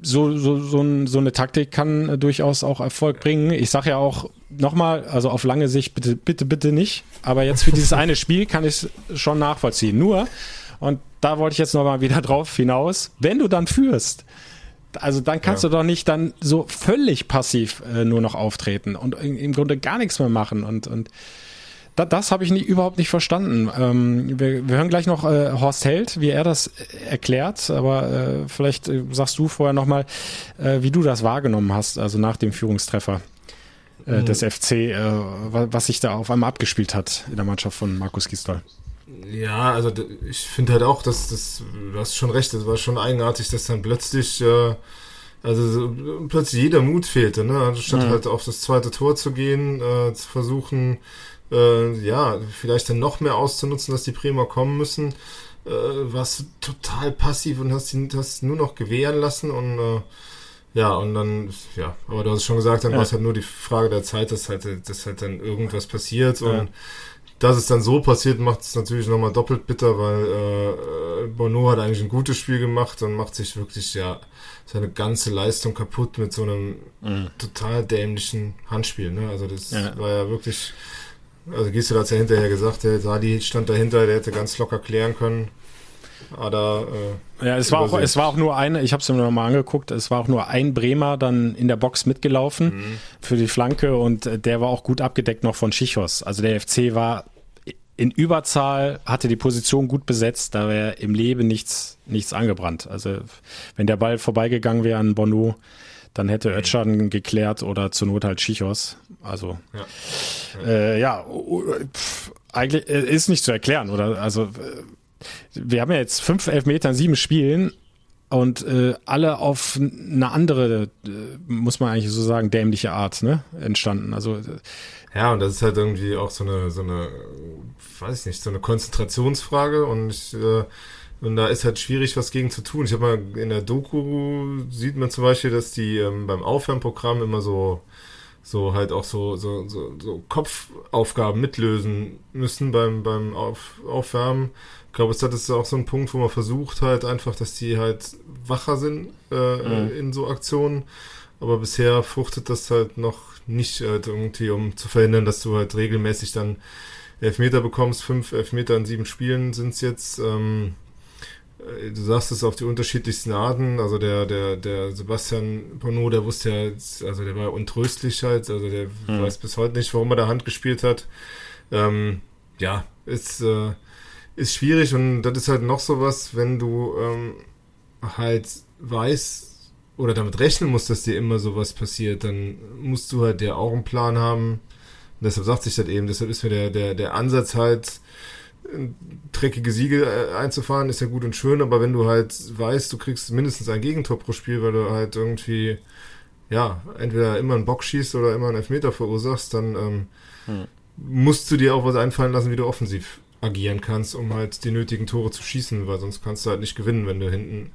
so eine Taktik kann durchaus auch Erfolg bringen. Ich sage ja auch nochmal, also auf lange Sicht bitte nicht. Aber jetzt für dieses eine Spiel kann ich es schon nachvollziehen. Nur, und da wollte ich jetzt nochmal wieder drauf hinaus, wenn du dann führst, also dann kannst du doch nicht dann so völlig passiv nur noch auftreten und im Grunde gar nichts mehr machen. Und das habe ich überhaupt nicht verstanden. Wir hören gleich noch Horst Held, wie er das erklärt, aber vielleicht sagst du vorher nochmal, wie du das wahrgenommen hast, also nach dem Führungstreffer des FC, was sich da auf einmal abgespielt hat in der Mannschaft von Markus Gisdol. Ja, also ich finde halt auch, dass du hast schon recht, das war schon eigenartig, dass dann plötzlich plötzlich jeder Mut fehlte, ne? Also statt halt auf das zweite Tor zu gehen, zu versuchen, vielleicht dann noch mehr auszunutzen, dass die Bremer kommen müssen, warst du total passiv und hast nur noch gewähren lassen und und dann, aber du hast schon gesagt, dann war es halt nur die Frage der Zeit, dass halt dann irgendwas passiert und dass es dann so passiert, macht es natürlich nochmal doppelt bitter, weil Bono hat eigentlich ein gutes Spiel gemacht und macht sich wirklich seine ganze Leistung kaputt mit so einem total dämlichen Handspiel, ne? Also das war ja wirklich. Also Gisdol hat es ja hinterher gesagt, der Sali stand dahinter, der hätte ganz locker klären können. Aber es war auch nur eine, ich habe es mir nochmal angeguckt, es war auch nur ein Bremer dann in der Box mitgelaufen für die Flanke und der war auch gut abgedeckt noch von Schichos. Also der FC war in Überzahl, hatte die Position gut besetzt, da wäre im Leben nichts angebrannt. Also wenn der Ball vorbeigegangen wäre an Bono, dann hätte Özcan geklärt oder zur Not halt Schichos. Also eigentlich ist nicht zu erklären, oder? Also wir haben ja jetzt 5 Elfmeter in 7 Spielen und alle auf eine andere, muss man eigentlich so sagen, dämliche Art, ne, entstanden. Also und das ist halt irgendwie auch so eine, weiß ich nicht, so eine Konzentrationsfrage und da ist halt schwierig, was gegen zu tun. Ich habe mal in der Doku sieht man zum Beispiel, dass die beim Aufwärmprogramm immer so halt auch so Kopfaufgaben mitlösen müssen beim Aufwärmen. Ich glaube, das ist auch so ein Punkt, wo man versucht halt einfach, dass die halt wacher sind in so Aktionen. Aber bisher fruchtet das halt noch nicht halt irgendwie, um zu verhindern, dass du halt regelmäßig dann Elfmeter bekommst. 5 Elfmeter in 7 Spielen sind es jetzt. Du sagst es auf die unterschiedlichsten Arten, also der Sebastian Bono, der wusste ja, also der war untröstlich halt, also der weiß bis heute nicht, warum er da Hand gespielt hat. Ist schwierig und das ist halt noch sowas, wenn du halt weißt oder damit rechnen musst, dass dir immer sowas passiert, dann musst du halt ja auch einen Plan haben. Und deshalb sagt sich das eben, deshalb ist mir der Ansatz halt, dreckige Siege einzufahren, ist ja gut und schön, aber wenn du halt weißt, du kriegst mindestens ein Gegentor pro Spiel, weil du halt irgendwie entweder immer einen Bock schießt oder immer einen Elfmeter verursachst, dann musst du dir auch was einfallen lassen, wie du offensiv agieren kannst, um halt die nötigen Tore zu schießen, weil sonst kannst du halt nicht gewinnen, wenn du hinten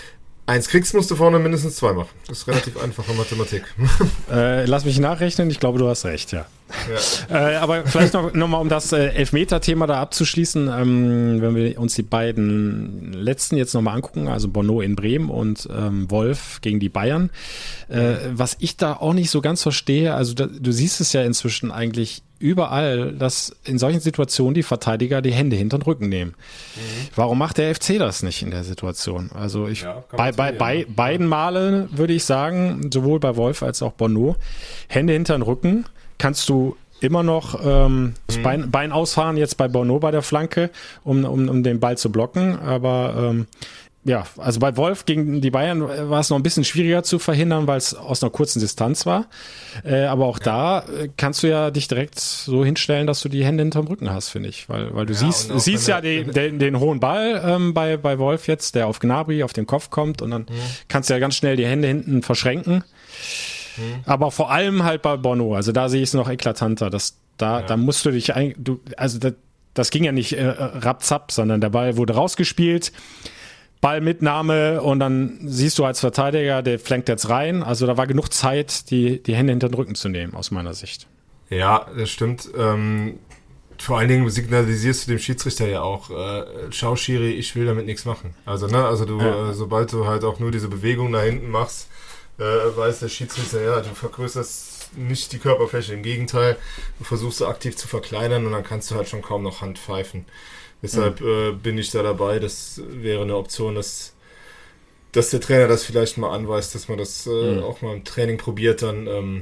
1 kriegst, musst du vorne mindestens 2 machen. Das ist relativ einfache Mathematik. Lass mich nachrechnen, ich glaube, du hast recht, ja. Aber vielleicht noch mal, um das Elfmeter-Thema da abzuschließen, wenn wir uns die beiden letzten jetzt nochmal angucken, also Bono in Bremen und Wolf gegen die Bayern. Was ich da auch nicht so ganz verstehe, also du siehst es ja inzwischen eigentlich überall, dass in solchen Situationen die Verteidiger die Hände hinter den Rücken nehmen. Warum macht der FC das nicht in der Situation? Also bei beiden Male würde ich sagen, sowohl bei Wolf als auch Bono, Hände hinter den Rücken, kannst du immer noch das Bein ausfahren, jetzt bei Bono bei der Flanke, um den Ball zu blocken, aber also bei Wolf gegen die Bayern war es noch ein bisschen schwieriger zu verhindern, weil es aus einer kurzen Distanz war. Aber auch da kannst du ja dich direkt so hinstellen, dass du die Hände hinterm Rücken hast, finde ich. Weil du siehst ja den hohen Ball bei Wolf jetzt, der auf Gnabry auf den Kopf kommt und dann kannst du ja ganz schnell die Hände hinten verschränken. Aber vor allem halt bei Bono, also da sehe ich es noch eklatanter, da musst du dich das ging ja nicht rapzapp, sondern der Ball wurde rausgespielt, Ballmitnahme und dann siehst du als Verteidiger, der flankt jetzt rein. Also da war genug Zeit, die Hände hinter den Rücken zu nehmen, aus meiner Sicht. Ja, das stimmt. vor allen Dingen signalisierst du dem Schiedsrichter ja auch, schau Schiri, ich will damit nichts machen. Also, ne, sobald du halt auch nur diese Bewegung da hinten machst, weiß der Schiedsrichter, ja, du vergrößerst nicht die Körperfläche, im Gegenteil, du versuchst so aktiv zu verkleinern und dann kannst du halt schon kaum noch Hand pfeifen. Deshalb bin ich da dabei, das wäre eine Option, dass der Trainer das vielleicht mal anweist, dass man das auch mal im Training probiert, dann,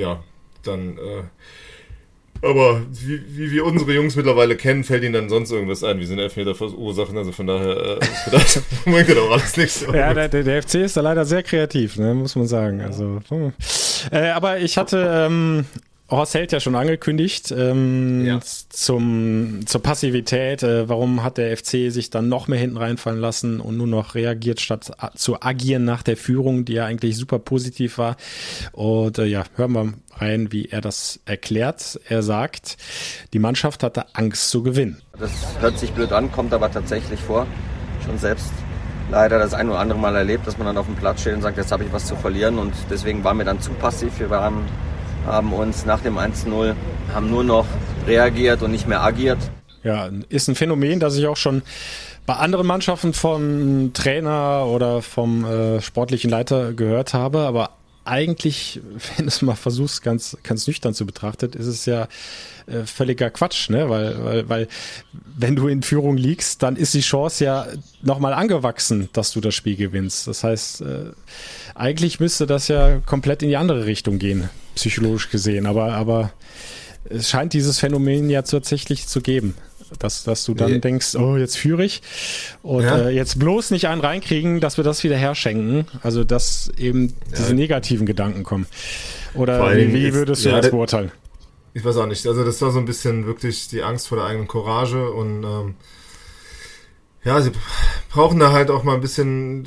aber wie wir unsere Jungs mittlerweile kennen, fällt ihnen dann sonst irgendwas ein. Wir sind Elfmeter verursachen, also von daher bringt das auch alles nichts. Ja, der FC ist da leider sehr kreativ, ne, muss man sagen. Also, aber ich hatte Horst Held ja schon angekündigt zur Passivität. Warum hat der FC sich dann noch mehr hinten reinfallen lassen und nur noch reagiert, statt zu agieren nach der Führung, die ja eigentlich super positiv war. Und hören wir rein, wie er das erklärt. Er sagt, die Mannschaft hatte Angst zu gewinnen. Das hört sich blöd an, kommt aber tatsächlich vor. Schon selbst leider das ein oder andere Mal erlebt, dass man dann auf dem Platz steht und sagt, jetzt habe ich was zu verlieren. Und deswegen waren wir dann zu passiv. Wir haben uns nach dem 1-0 haben nur noch reagiert und nicht mehr agiert. Ja, ist ein Phänomen, das ich auch schon bei anderen Mannschaften vom Trainer oder vom sportlichen Leiter gehört habe, aber eigentlich, wenn du es mal versuchst, ganz nüchtern zu betrachten, ist es ja völliger Quatsch, ne? Weil wenn du in Führung liegst, dann ist die Chance ja nochmal angewachsen, dass du das Spiel gewinnst. Das heißt, eigentlich müsste das ja komplett in die andere Richtung gehen, psychologisch gesehen. Aber es scheint dieses Phänomen ja tatsächlich zu geben, dass du dann denkst, oh, jetzt führe ich und jetzt bloß nicht einen reinkriegen, dass wir das wieder herschenken. Also, dass eben diese negativen Gedanken kommen. Oder wie würdest du das beurteilen? Ich weiß auch nicht. Also, das war so ein bisschen wirklich die Angst vor der eigenen Courage und sie brauchen da halt auch mal ein bisschen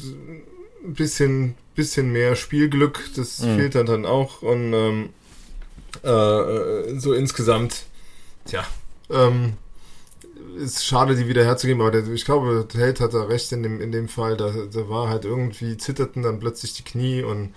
mehr Spielglück. Das fehlt dann auch und so insgesamt, ist schade, die wieder herzugeben, aber ich glaube, Held hat da recht in dem Fall, da war halt irgendwie, zitterten dann plötzlich die Knie und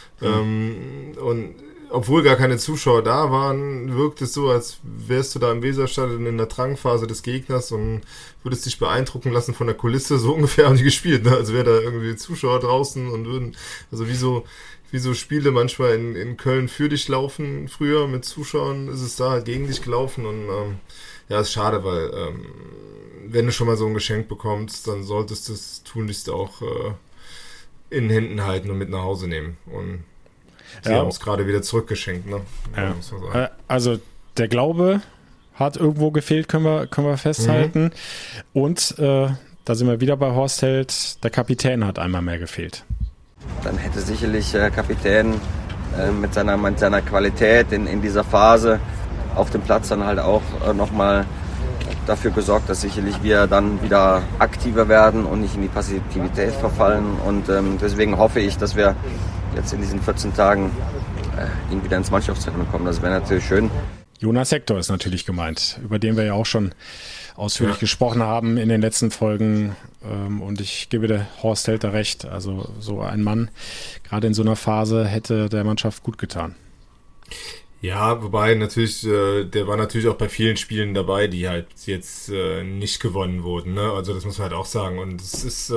obwohl gar keine Zuschauer da waren, wirkt es so, als wärst du da im Weserstadion in der Drangphase des Gegners und würdest dich beeindrucken lassen von der Kulisse, so ungefähr haben die gespielt, ne? Also wäre da irgendwie Zuschauer draußen und würden, also wie so Spiele manchmal in Köln für dich laufen, früher mit Zuschauern ist es da halt gegen dich gelaufen und ist schade, weil wenn du schon mal so ein Geschenk bekommst, dann solltest du es tunlichst auch in Händen halten und mit nach Hause nehmen. Und sie haben es gerade wieder zurückgeschenkt. Ne? Ja. Also der Glaube hat irgendwo gefehlt, können wir festhalten. Und da sind wir wieder bei Horst Held, der Kapitän hat einmal mehr gefehlt. Dann hätte sicherlich der Kapitän mit seiner Qualität in dieser Phase auf dem Platz dann halt auch nochmal dafür gesorgt, dass sicherlich wir dann wieder aktiver werden und nicht in die Passivität verfallen. Und deswegen hoffe ich, dass wir jetzt in diesen 14 Tagen ihn wieder ins Mannschaftstraining bekommen. Das wäre natürlich schön. Jonas Hector ist natürlich gemeint, über den wir ja auch schon ausführlich gesprochen haben in den letzten Folgen. Und ich gebe der Horst Held da recht. Also so ein Mann, gerade in so einer Phase, hätte der Mannschaft gut getan. Ja, wobei natürlich, der war natürlich auch bei vielen Spielen dabei, die halt jetzt nicht gewonnen wurden. Ne? Also das muss man halt auch sagen. Und es ist,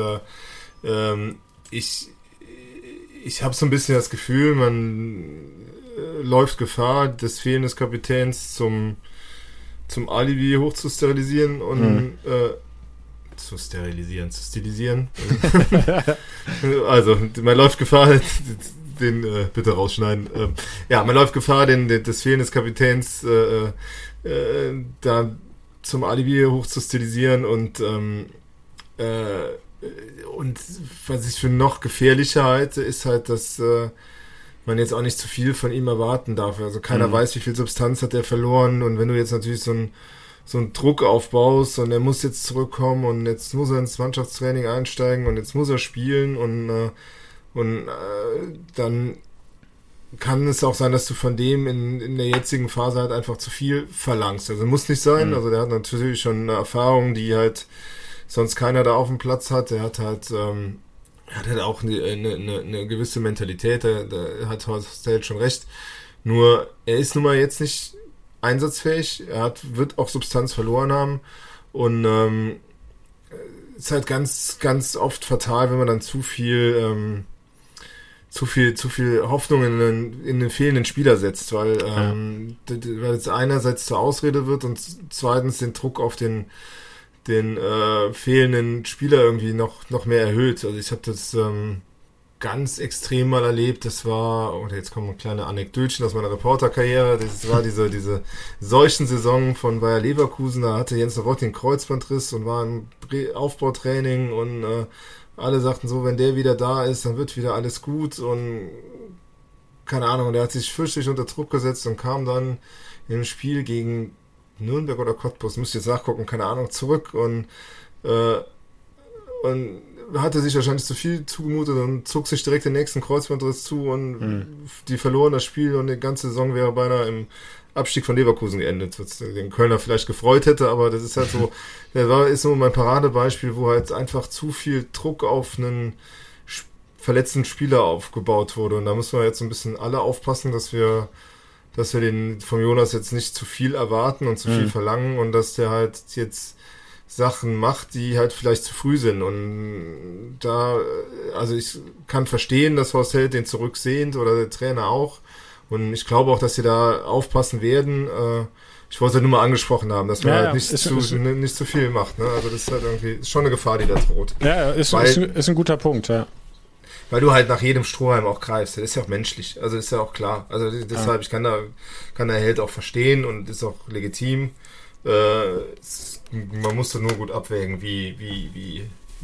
ich habe so ein bisschen das Gefühl, man läuft Gefahr, das Fehlen des Kapitäns zum Alibi hochzusterilisieren und zu stilisieren. Also, man läuft Gefahr, den bitte rausschneiden. Man läuft Gefahr, das Fehlen des Kapitäns da zum Alibi hochzustilisieren und was ich für noch gefährlicher halte, ist halt, dass man jetzt auch nicht zu viel von ihm erwarten darf. Also keiner weiß, wie viel Substanz hat er verloren und wenn du jetzt natürlich so einen Druck aufbaust und er muss jetzt zurückkommen und jetzt muss er ins Mannschaftstraining einsteigen und jetzt muss er spielen und dann kann es auch sein, dass du von dem in der jetzigen Phase halt einfach zu viel verlangst. Also muss nicht sein. Also der hat natürlich schon eine Erfahrung, die halt sonst keiner da auf dem Platz hat. Er hat halt auch eine gewisse Mentalität. Da hat Horst Held schon recht. Nur er ist nun mal jetzt nicht einsatzfähig. Er wird auch Substanz verloren haben. Und ist halt ganz, ganz oft fatal, wenn man dann zu viel Hoffnung in den fehlenden Spieler setzt, weil es einerseits zur Ausrede wird und zweitens den Druck auf den fehlenden Spieler irgendwie noch mehr erhöht. Also ich habe das ganz extrem mal erlebt. Das war, jetzt kommen kleine Anekdötchen aus meiner Reporterkarriere. Das war diese Seuchensaison von Bayer Leverkusen. Da hatte Jens Roth den Kreuzbandriss und war im Aufbautraining und alle sagten so, wenn der wieder da ist, dann wird wieder alles gut und keine Ahnung. Der hat sich fürchterlich unter Druck gesetzt und kam dann im Spiel gegen Nürnberg oder Cottbus, müsst ihr jetzt nachgucken, keine Ahnung, zurück und hatte sich wahrscheinlich zu viel zugemutet und zog sich direkt den nächsten Kreuzbandriss zu und die verloren das Spiel und die ganze Saison wäre beinahe im Abstieg von Leverkusen geendet, was den Kölner vielleicht gefreut hätte, aber das ist halt so, ist so mein Paradebeispiel, wo halt einfach zu viel Druck auf einen verletzten Spieler aufgebaut wurde und da müssen wir jetzt ein bisschen alle aufpassen, dass wir den vom Jonas jetzt nicht zu viel erwarten und zu viel verlangen und dass der halt jetzt Sachen macht, die halt vielleicht zu früh sind und also ich kann verstehen, dass Horst Held den zurücksehnt oder der Trainer auch und ich glaube auch, dass sie da aufpassen werden. Ich wollte es ja nur mal angesprochen haben, dass man halt nicht zu viel macht, ne? Also das ist halt irgendwie schon eine Gefahr, die da droht. Ja, ist ein guter Punkt, ja. Weil du halt nach jedem Strohhalm auch greifst. Das ist ja auch menschlich. Also ist ja auch klar. Also deshalb, ich kann der Held auch verstehen und ist auch legitim. Man muss da nur gut abwägen, wie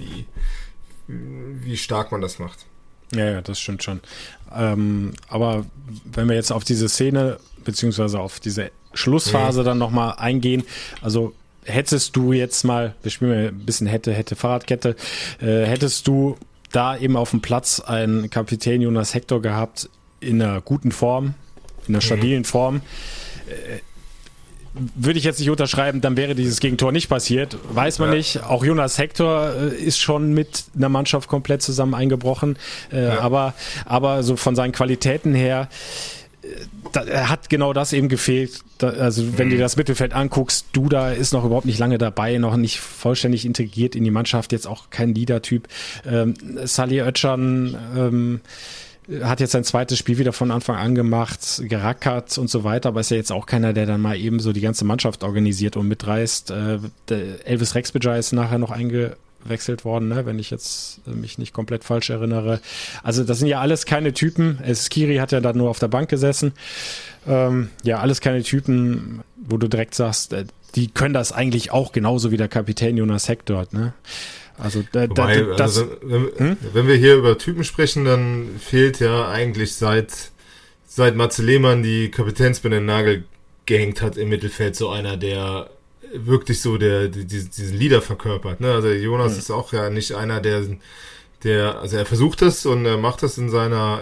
stark man das macht. Ja, das stimmt schon. Aber wenn wir jetzt auf diese Szene, beziehungsweise auf diese Schlussphase dann nochmal eingehen, also hättest du jetzt mal, wir spielen mal ein bisschen hätte Fahrradkette, hättest du da eben auf dem Platz einen Kapitän Jonas Hector gehabt in einer guten Form, in einer stabilen Form, würde ich jetzt nicht unterschreiben, dann wäre dieses Gegentor nicht passiert. Weiß man nicht. Auch Jonas Hector ist schon mit einer Mannschaft komplett zusammen eingebrochen. Aber so von seinen Qualitäten her hat genau das eben gefehlt. Also wenn du das Mittelfeld anguckst, Duda ist noch überhaupt nicht lange dabei, noch nicht vollständig integriert in die Mannschaft, jetzt auch kein Leader-Typ. Salih Özcan hat jetzt sein zweites Spiel wieder von Anfang an gemacht, gerackert und so weiter, aber ist ja jetzt auch keiner, der dann mal eben so die ganze Mannschaft organisiert und mitreißt. Elvis Rexbejai ist nachher noch eingewechselt worden, ne? Wenn ich jetzt mich nicht komplett falsch erinnere. Also das sind ja alles keine Typen. Skiri hat ja dann nur auf der Bank gesessen. Alles keine Typen, wo du direkt sagst, die können das eigentlich auch genauso wie der Kapitän Jonas Hector, ne? Also, wenn wir hier über Typen sprechen, dann fehlt ja eigentlich seit Matze Lehmann die Kapitänsbinde in den Nagel gehängt hat im Mittelfeld so einer, der wirklich so diesen Leader verkörpert. Ne? Also Jonas ist auch ja nicht einer, der also er versucht es und er macht das in seiner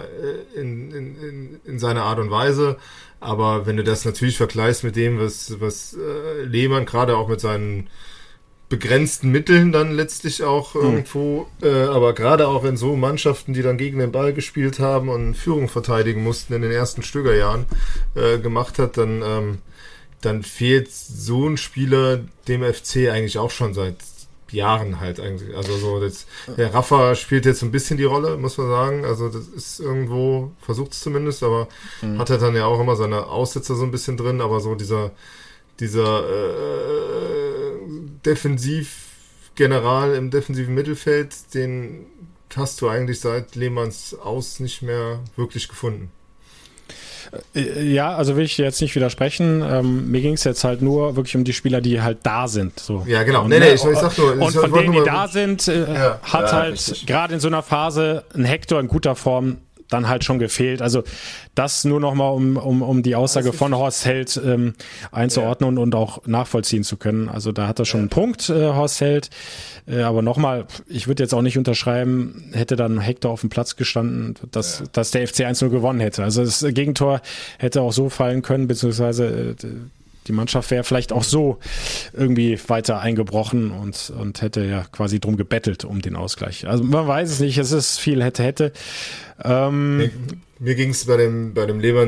Art und Weise. Aber wenn du das natürlich vergleichst mit dem, was Lehmann gerade auch mit seinen begrenzten Mitteln dann letztlich auch irgendwo, aber gerade auch in so Mannschaften, die dann gegen den Ball gespielt haben und Führung verteidigen mussten in den ersten Stögerjahren gemacht hat, dann fehlt so ein Spieler dem FC eigentlich auch schon seit Jahren halt eigentlich. Also so der Rafa spielt jetzt ein bisschen die Rolle, muss man sagen. Also das ist irgendwo, versucht es zumindest, aber hat er dann ja auch immer seine Aussetzer so ein bisschen drin, aber so dieser Defensivgeneral im defensiven Mittelfeld, den hast du eigentlich seit Lehmanns Aus nicht mehr wirklich gefunden. Ja, also will ich jetzt nicht widersprechen. Mir ging es jetzt halt nur wirklich um die Spieler, die halt da sind. So. Ja, genau. Ich sag nur, und von denen, die da sind, hat halt gerade in so einer Phase ein Hector in guter Form dann halt schon gefehlt. Also das nur nochmal, um die Aussage von Horst Held einzuordnen und auch nachvollziehen zu können. Also da hat er schon einen Punkt, Horst Held. Aber nochmal, ich würde jetzt auch nicht unterschreiben, hätte dann Hector auf dem Platz gestanden, dass der FC 1-0 gewonnen hätte. Also das Gegentor hätte auch so fallen können, beziehungsweise die Mannschaft wäre vielleicht auch so irgendwie weiter eingebrochen und hätte ja quasi drum gebettelt um den Ausgleich. Also man weiß es nicht, es ist viel hätte. Mir ging es bei dem Lehmann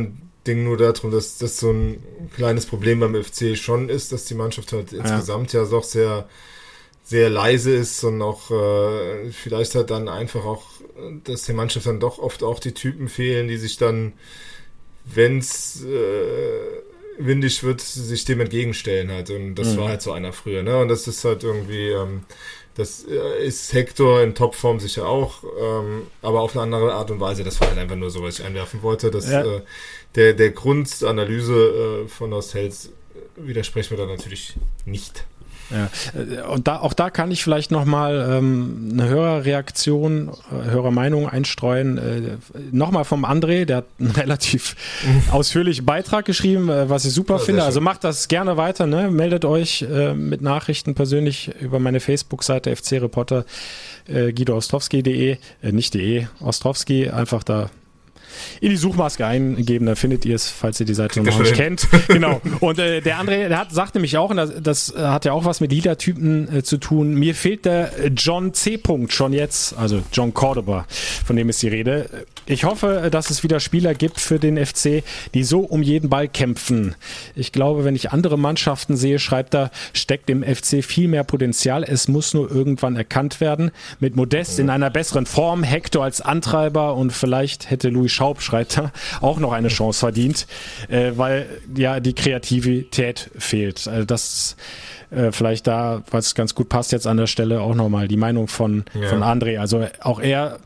Ding nur darum, dass das so ein kleines Problem beim FC schon ist, dass die Mannschaft halt insgesamt ja doch sehr, sehr leise ist und auch vielleicht halt dann einfach auch, dass der Mannschaft dann doch oft auch die Typen fehlen, die sich dann, wenn's windig wird, sich dem entgegenstellen halt. Und das war halt so einer früher, ne? Und das ist halt irgendwie, das ist Hector in Topform sicher auch, aber auf eine andere Art und Weise. Das war halt einfach nur so, was ich einwerfen wollte. Dass, der Grundanalyse von Horst Held widersprechen wir da natürlich nicht. Ja, und auch da kann ich vielleicht nochmal eine Hörerreaktion, Hörermeinung einstreuen. Nochmal vom André, der hat einen relativ ausführlichen Beitrag geschrieben, was ich super finde. Also macht das gerne weiter, ne? Meldet euch mit Nachrichten persönlich über meine Facebook-Seite FC Reporter guido-ostrowski.de, Ostrowski, einfach da in die Suchmaske eingeben, da findet ihr es, falls ihr die Seite noch nicht kennt. Genau. Und der André, sagt nämlich auch, und das hat ja auch was mit Leader-Typen zu tun, mir fehlt der John C. schon jetzt, also John Cordoba, von dem ist die Rede. Ich hoffe, dass es wieder Spieler gibt für den FC, die so um jeden Ball kämpfen. Ich glaube, wenn ich andere Mannschaften sehe, schreibt er, steckt im FC viel mehr Potenzial. Es muss nur irgendwann erkannt werden. Mit Modest in einer besseren Form, Hector als Antreiber und vielleicht hätte Louis Schaub, schreibt er, auch noch eine Chance verdient, weil ja die Kreativität fehlt. Also das vielleicht da, was ganz gut passt jetzt an der Stelle, auch nochmal die Meinung von André. Also auch er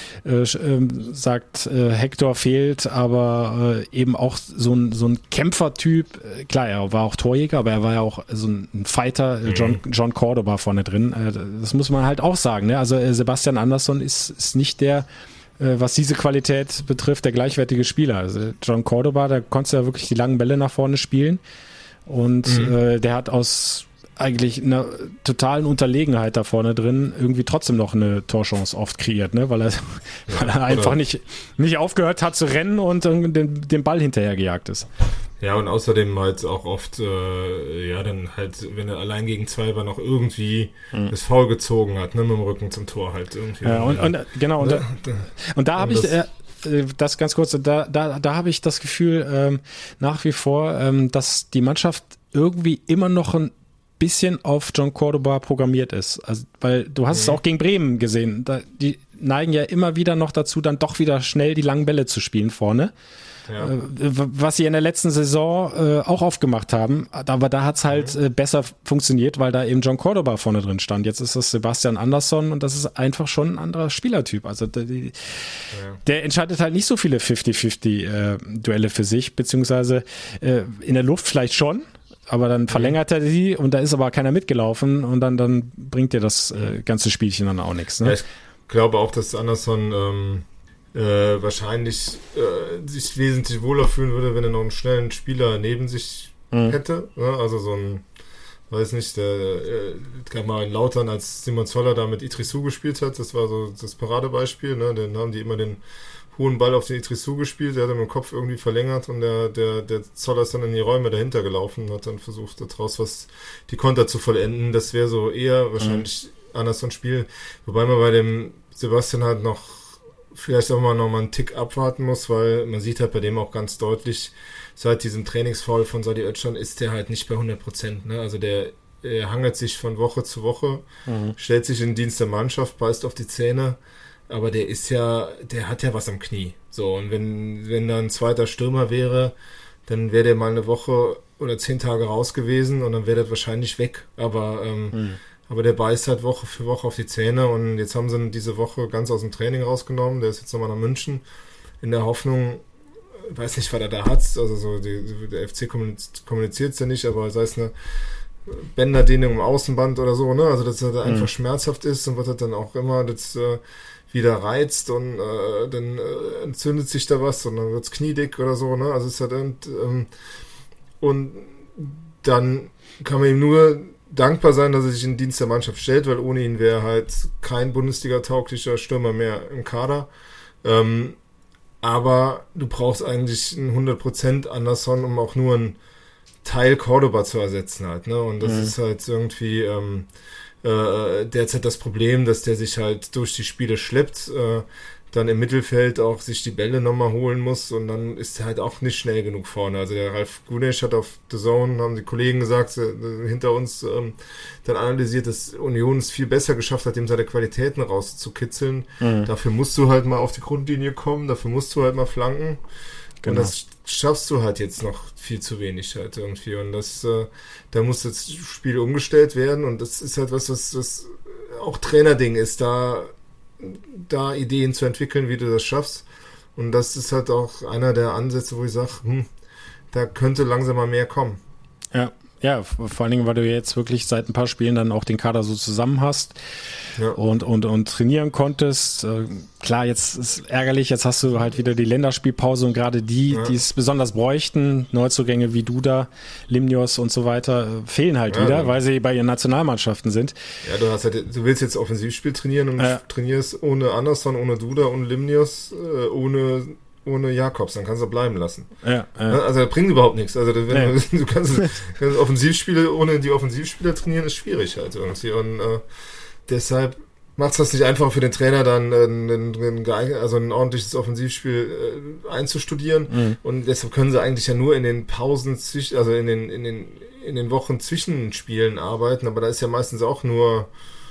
sagt, Hector fehlt, aber eben auch so ein Kämpfertyp. Klar, er war auch Torjäger, aber er war ja auch so ein Fighter, John Cordoba vorne drin. Das muss man halt auch sagen. Ne? Also Sebastian Andersson ist nicht der, was diese Qualität betrifft, der gleichwertige Spieler. Also John Cordoba, da konntest du ja wirklich die langen Bälle nach vorne spielen und der hat aus eigentlich einer totalen Unterlegenheit da vorne drin irgendwie trotzdem noch eine Torchance oft kreiert, ne? weil er einfach nicht aufgehört hat zu rennen und den Ball hinterher gejagt ist. Ja, und außerdem halt auch oft, dann halt, wenn er allein gegen 2 war, noch irgendwie das Foul gezogen hat, ne, mit dem Rücken zum Tor halt irgendwie. Ja, und da habe ich das ganz kurz, da habe ich das Gefühl nach wie vor, dass die Mannschaft irgendwie immer noch ein bisschen auf John Cordoba programmiert ist. Also, weil du hast es auch gegen Bremen gesehen. Die neigen ja immer wieder noch dazu, dann doch wieder schnell die langen Bälle zu spielen vorne. Ja. Was sie in der letzten Saison auch aufgemacht haben. Aber da hat es halt besser funktioniert, weil da eben John Cordoba vorne drin stand. Jetzt ist das Sebastian Andersson und das ist einfach schon ein anderer Spielertyp. Also der entscheidet halt nicht so viele 50-50 Duelle für sich, beziehungsweise in der Luft vielleicht schon. Aber dann verlängert er sie und da ist aber keiner mitgelaufen und dann bringt dir das ganze Spielchen dann auch nichts. Ne? Ja, ich glaube auch, dass Andersson wahrscheinlich sich wesentlich wohler fühlen würde, wenn er noch einen schnellen Spieler neben sich hätte. Ne? Also so ein, weiß nicht, gab mal in Lautern, als Simon Zoller da mit Idrissou gespielt hat, das war so das Paradebeispiel, ne? Dann haben die immer den hohen Ball auf den Idrissou gespielt, der hat mit dem Kopf irgendwie verlängert und der Zoller ist dann in die Räume dahinter gelaufen und hat dann versucht, daraus die Konter zu vollenden. Das wäre so eher wahrscheinlich anders so ein Spiel, wobei man bei dem Sebastian halt vielleicht auch mal noch mal einen Tick abwarten muss, weil man sieht halt bei dem auch ganz deutlich, seit diesem Trainingsfoul von Sadi Özcan ist der halt nicht bei 100%, ne? Also der hangelt sich von Woche zu Woche, stellt sich in den Dienst der Mannschaft, beißt auf die Zähne, aber der hat ja was am Knie. So, und wenn da ein zweiter Stürmer wäre, dann wäre der mal eine Woche oder 10 Tage raus gewesen und dann wäre das wahrscheinlich weg. Aber der beißt halt Woche für Woche auf die Zähne und jetzt haben sie ihn diese Woche ganz aus dem Training rausgenommen. Der ist jetzt nochmal nach München in der Hoffnung, weiß nicht, was er da hat. Also so der FC kommuniziert es ja nicht, aber sei es eine Bänderdehnung im Außenband oder so, ne? Also dass er da einfach schmerzhaft ist und was er dann auch immer das wieder reizt und dann entzündet sich da was und dann wird's kniedick oder so, ne? Also es hat und dann kann man ihm nur dankbar sein, dass er sich in den Dienst der Mannschaft stellt, weil ohne ihn wäre halt kein Bundesliga-tauglicher Stürmer mehr im Kader. Aber du brauchst eigentlich einen 100% Andersson, um auch nur einen Teil Cordoba zu ersetzen halt, ne? Und das ist halt irgendwie derzeit das Problem, dass der sich halt durch die Spiele schleppt. dann im Mittelfeld auch sich die Bälle nochmal holen muss und dann ist er halt auch nicht schnell genug vorne. Also der Ralf Gunesch hat auf The Zone, haben die Kollegen gesagt, hinter uns dann analysiert, dass Union es viel besser geschafft hat, ihm seine Qualitäten rauszukitzeln. Dafür musst du halt mal auf die Grundlinie kommen, dafür musst du halt mal flanken. Genau. Und das schaffst du halt jetzt noch viel zu wenig halt irgendwie. Und da muss das Spiel umgestellt werden und das ist halt was auch Trainerding ist, da Ideen zu entwickeln, wie du das schaffst. Und das ist halt auch einer der Ansätze, wo ich sage, da könnte langsam mal mehr kommen. Ja, vor allen Dingen, weil du jetzt wirklich seit ein paar Spielen dann auch den Kader so zusammen hast und trainieren konntest. Klar, jetzt ist ärgerlich, jetzt hast du halt wieder die Länderspielpause und gerade die es besonders bräuchten, Neuzugänge wie Duda, Limnios und so weiter, fehlen halt wieder, weil sie bei ihren Nationalmannschaften sind. Ja, du willst jetzt Offensivspiel trainieren und trainierst ohne Anderson, ohne Duda, ohne Limnios, ohne Jakobs, dann kannst du bleiben lassen. Also das bringt überhaupt nichts. Also du kannst Offensivspiele ohne die Offensivspieler trainieren, ist schwierig halt irgendwie. Und deshalb macht es das nicht einfach für den Trainer dann ein ordentliches Offensivspiel einzustudieren. Und deshalb können sie eigentlich ja nur in den Pausen, also in den Wochen zwischen Spielen arbeiten, aber da ist ja meistens auch nur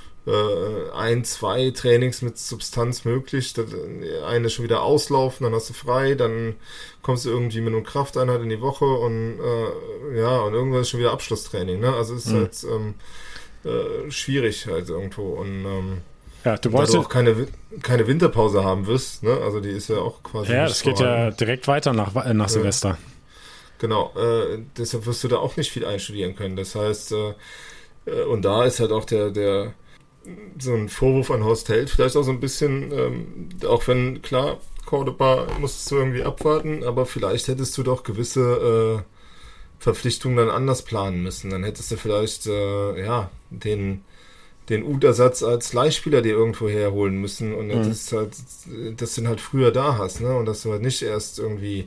1-2 Trainings mit Substanz möglich, eine schon wieder auslaufen, dann hast du frei, dann kommst du irgendwie mit einer Krafteinheit in die Woche und und irgendwann ist schon wieder Abschlusstraining, ne? Also es ist halt schwierig halt irgendwo und du wolltest auch keine Winterpause haben wirst, ne? Also die ist ja auch quasi das geht ja direkt weiter nach Silvester. Genau, deshalb wirst du da auch nicht viel einstudieren können, das heißt und da ist halt auch der so ein Vorwurf an Horst Held, vielleicht auch so ein bisschen, auch wenn, klar, Cordoba musstest du irgendwie abwarten, aber vielleicht hättest du doch gewisse Verpflichtungen dann anders planen müssen. Dann hättest du vielleicht, den Udersatz als Leihspieler dir irgendwo herholen müssen und hättest halt, dass du den halt früher da hast, ne? Und dass du halt nicht erst irgendwie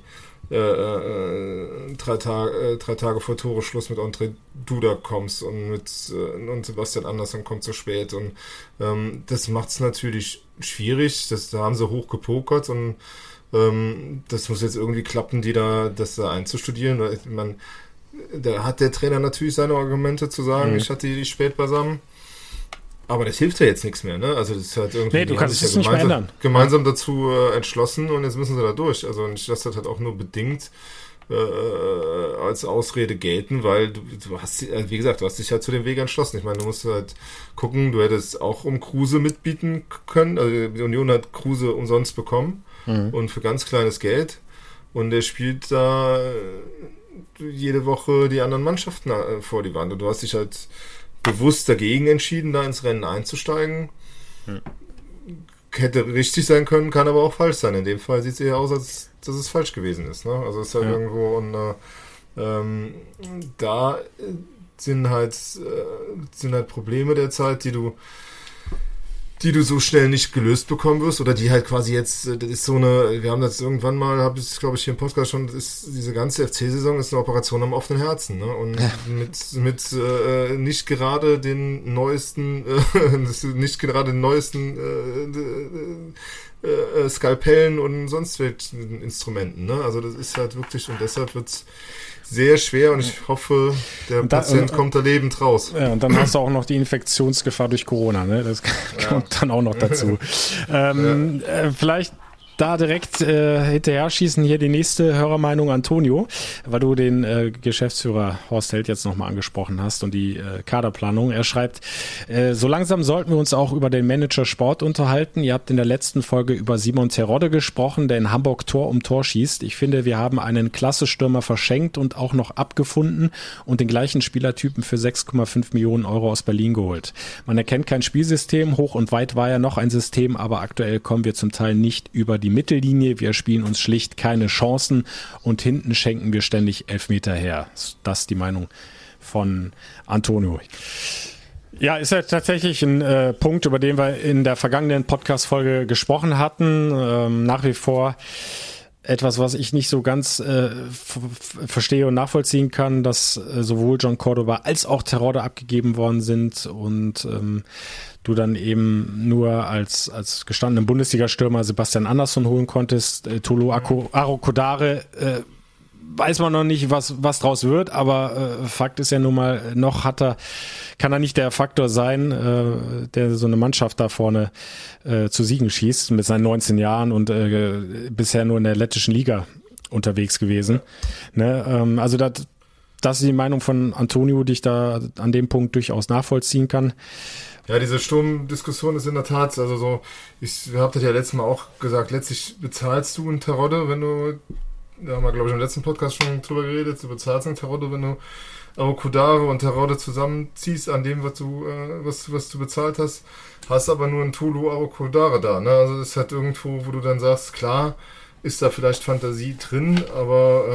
3 Tage vor Toreschluss mit André Duda kommst und Sebastian Andersson kommt zu spät und das macht es natürlich schwierig, da haben sie hoch gepokert und das muss jetzt irgendwie klappen, das da einzustudieren. Da hat der Trainer natürlich seine Argumente zu sagen, ich hatte die spät beisammen. Aber das hilft ja jetzt nichts mehr, ne? Also das ist halt irgendwie. Nee, du kannst es nicht mehr ändern. Gemeinsam dazu entschlossen und jetzt müssen sie da durch. Also ich lasse das halt auch nur bedingt als Ausrede gelten, weil du hast, wie gesagt, du hast dich halt zu dem Weg entschlossen. Ich meine, du musst halt gucken, du hättest auch um Kruse mitbieten können. Also die Union hat Kruse umsonst bekommen und für ganz kleines Geld. Und der spielt da jede Woche die anderen Mannschaften vor die Wand. Und du hast dich halt bewusst dagegen entschieden, da ins Rennen einzusteigen. Hätte richtig sein können, kann aber auch falsch sein. In dem Fall sieht es eher aus, als dass es falsch gewesen ist. Ne? Also es ist halt irgendwo und da sind halt Probleme derzeit, die du so schnell nicht gelöst bekommen wirst oder die halt quasi jetzt, das ist so eine, wir haben das irgendwann mal, habe ich glaube ich hier im Podcast schon, diese ganze FC-Saison ist eine Operation am offenen Herzen, ne? Und mit nicht gerade den neuesten Skalpellen und sonst welchen Instrumenten, ne? Also das ist halt wirklich, und deshalb wird's sehr schwer und ich hoffe, der Patient kommt da lebend raus. Ja, und dann hast du auch noch die Infektionsgefahr durch Corona, ne? Das kommt dann auch noch dazu. Vielleicht da direkt hinterher schießen hier die nächste Hörermeinung Antonio, weil du den Geschäftsführer Horst Held jetzt nochmal angesprochen hast und die Kaderplanung. Er schreibt, so langsam sollten wir uns auch über den Manager Sport unterhalten. Ihr habt in der letzten Folge über Simon Terodde gesprochen, der in Hamburg Tor um Tor schießt. Ich finde, wir haben einen Klasse-Stürmer verschenkt und auch noch abgefunden und den gleichen Spielertypen für 6,5 Millionen Euro aus Berlin geholt. Man erkennt kein Spielsystem, hoch und weit war ja noch ein System, aber aktuell kommen wir zum Teil nicht über die Mittellinie, wir spielen uns schlicht keine Chancen und hinten schenken wir ständig Elfmeter her. Das ist die Meinung von Antonio. Ja, ist ja tatsächlich ein Punkt, über den wir in der vergangenen Podcast-Folge gesprochen hatten. Nach wie vor etwas, was ich nicht so ganz verstehe und nachvollziehen kann, dass sowohl John Cordoba als auch Terodde abgegeben worden sind und du dann eben nur als gestandenen Bundesliga-Stürmer Sebastian Andersson holen konntest. Tolu Arokodare weiß man noch nicht, was draus wird, aber Fakt ist ja nun mal, noch kann er nicht der Faktor sein, der so eine Mannschaft da vorne zu Siegen schießt mit seinen 19 Jahren und bisher nur in der lettischen Liga unterwegs gewesen. Ne? Also das ist die Meinung von Antonio, die ich da an dem Punkt durchaus nachvollziehen kann. Ja, diese Sturmdiskussion ist in der Tat, also so, ich habe das ja letztes Mal auch gesagt, letztlich bezahlst du einen Terodde, wenn du, da haben wir glaube ich im letzten Podcast schon drüber geredet, du bezahlst einen Terodde, wenn du Arokodare und Terodde zusammenziehst an dem, was du bezahlt hast aber nur einen Tolu Arokodare da, ne? Also das ist halt irgendwo, wo du dann sagst, klar, ist da vielleicht Fantasie drin, aber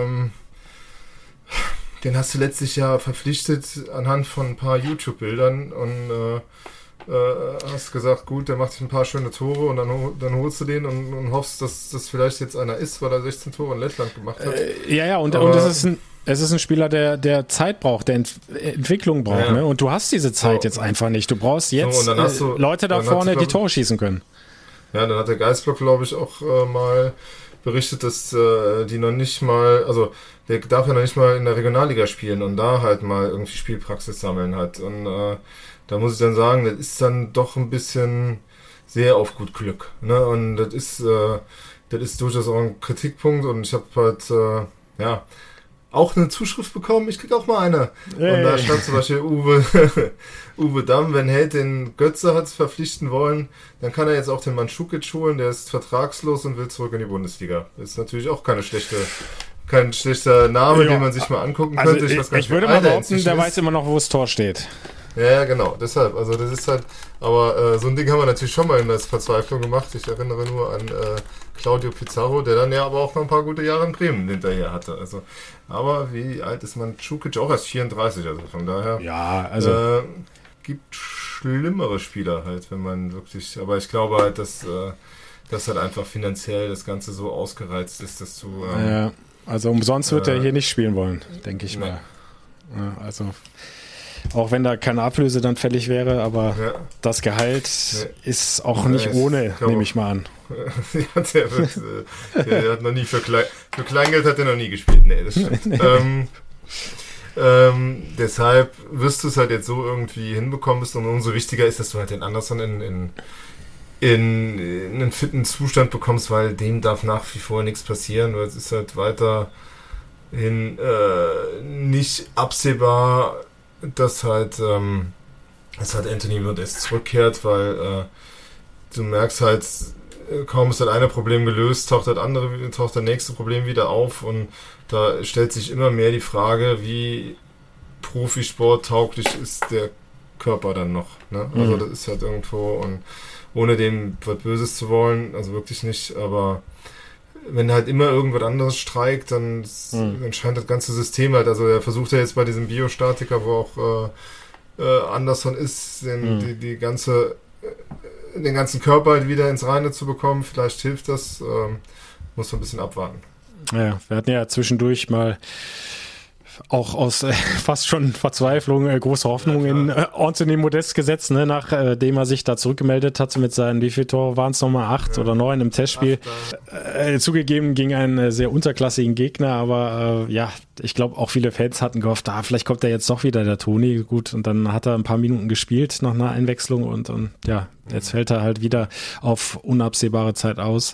den hast du letztlich ja verpflichtet anhand von ein paar YouTube-Bildern und hast gesagt, gut, der macht sich ein paar schöne Tore und dann holst du den und hoffst, dass das vielleicht jetzt einer ist, weil er 16 Tore in Lettland gemacht hat. Und es ist ein Spieler, der Zeit braucht, der Entwicklung braucht. Ja. Ne? Und du hast diese Zeit jetzt einfach nicht. Du brauchst jetzt Leute da vorne, die Tore schießen können. Ja, dann hat der Geistblock, glaube ich, auch mal berichtet, dass die noch nicht mal, also der darf ja noch nicht mal in der Regionalliga spielen und da halt mal irgendwie Spielpraxis sammeln hat. Und da muss ich dann sagen, das ist dann doch ein bisschen sehr auf gut Glück. Ne? Und das ist durchaus auch ein Kritikpunkt und ich habe halt, auch eine Zuschrift bekommen, ich krieg auch mal eine. Hey. Und da stand zum Beispiel Uwe Damm, wenn Held den Götze hat verpflichten wollen, dann kann er jetzt auch den Mandzukic holen, der ist vertragslos und will zurück in die Bundesliga. Das ist natürlich auch kein schlechter Name, den man sich mal angucken könnte. Ich würde mal behaupten, der weiß immer noch, wo das Tor steht. Ja, genau, deshalb, also das ist halt, aber so ein Ding haben wir natürlich schon mal in der Verzweiflung gemacht. Ich erinnere nur an Claudio Pizarro, der dann ja aber auch noch ein paar gute Jahre in Bremen hinterher hatte. Also, aber wie alt ist Mandzukic? Auch erst 34, also von daher. Ja, also gibt schlimmere Spieler halt, wenn man wirklich, aber ich glaube halt, dass halt einfach finanziell das Ganze so ausgereizt ist, dass du also umsonst wird er hier nicht spielen wollen, denke ich mal. Ja, also auch wenn da keine Ablöse dann fällig wäre, aber das Gehalt ist auch nicht ohne, nehme ich mal an. Ja, der hat noch nie für Kleingeld hat er noch nie gespielt. Nee, das stimmt. Deshalb wirst du es halt jetzt so irgendwie hinbekommen und umso wichtiger ist, dass du halt den Andersson in einen fitten Zustand bekommst, weil dem darf nach wie vor nichts passieren, weil es ist halt weiterhin nicht absehbar, dass halt Anthony Modest zurückkehrt, weil du merkst halt, kaum ist das eine Problem gelöst, taucht das nächste Problem wieder auf und da stellt sich immer mehr die Frage, wie Profisport tauglich ist der Körper dann noch. Ne? Also das ist halt irgendwo, und ohne dem was Böses zu wollen, also wirklich nicht, aber wenn halt immer irgendwas anderes streikt, dann scheint das ganze System halt, also er versucht ja jetzt bei diesem Biostatiker, wo auch Andersson ist, den ganzen Körper halt wieder ins Reine zu bekommen, vielleicht hilft das, muss man ein bisschen abwarten. Ja, wir hatten ja zwischendurch mal auch aus fast schon Verzweiflung große Hoffnung in Anthony Modest gesetzt, ne, nachdem er sich da zurückgemeldet hatte mit seinen, wie viel Tore waren es nochmal, 8 oder 9 im Testspiel. Zugegeben gegen einen sehr unterklassigen Gegner, aber ich glaube auch viele Fans hatten gehofft, vielleicht kommt er jetzt doch wieder, der Toni, gut, und dann hat er ein paar Minuten gespielt nach einer Einwechslung und jetzt fällt er halt wieder auf unabsehbare Zeit aus.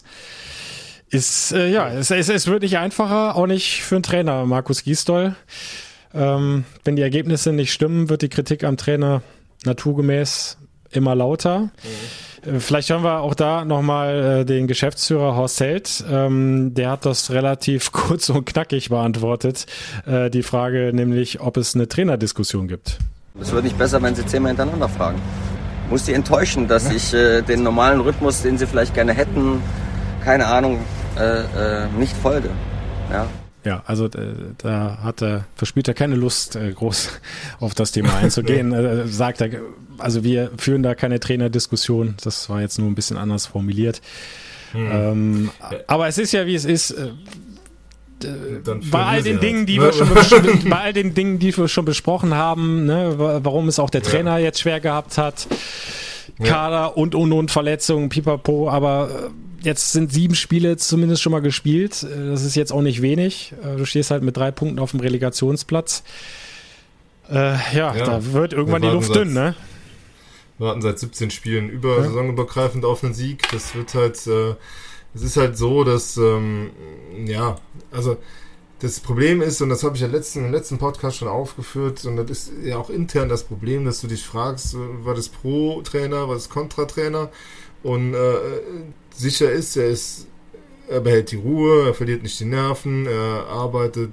Es wird nicht einfacher, auch nicht für einen Trainer, Markus Gisdol. Wenn die Ergebnisse nicht stimmen, wird die Kritik am Trainer naturgemäß immer lauter. Vielleicht hören wir auch da nochmal den Geschäftsführer Horst Held. Der hat das relativ kurz und knackig beantwortet. Die Frage nämlich, ob es eine Trainerdiskussion gibt. Es wird nicht besser, wenn Sie 10-mal hintereinander fragen. Muss Sie enttäuschen, dass ich den normalen Rhythmus, den Sie vielleicht gerne hätten, keine Ahnung, nicht folge. Ja, also da verspürt er keine Lust, groß auf das Thema einzugehen. Sagt er, also wir führen da keine Trainerdiskussion. Das war jetzt nur ein bisschen anders formuliert. Aber es ist ja, wie es ist. Bei all den Dingen, die wir schon besprochen haben, ne, warum es auch der Trainer jetzt schwer gehabt hat, Kader und Verletzungen, pipapo, aber jetzt sind 7 Spiele zumindest schon mal gespielt. Das ist jetzt auch nicht wenig. Du stehst halt mit 3 Punkten auf dem Relegationsplatz. Da wird irgendwann die Luft dünn, ne? Wir warten seit 17 Spielen saisonübergreifend auf einen Sieg. Das wird halt, es ist halt so, dass, also das Problem ist, und das habe ich ja im letzten Podcast schon aufgeführt, und das ist ja auch intern das Problem, dass du dich fragst, war das Pro-Trainer, war das Kontra-Trainer? Und sicher ist, er behält die Ruhe, er verliert nicht die Nerven, er arbeitet,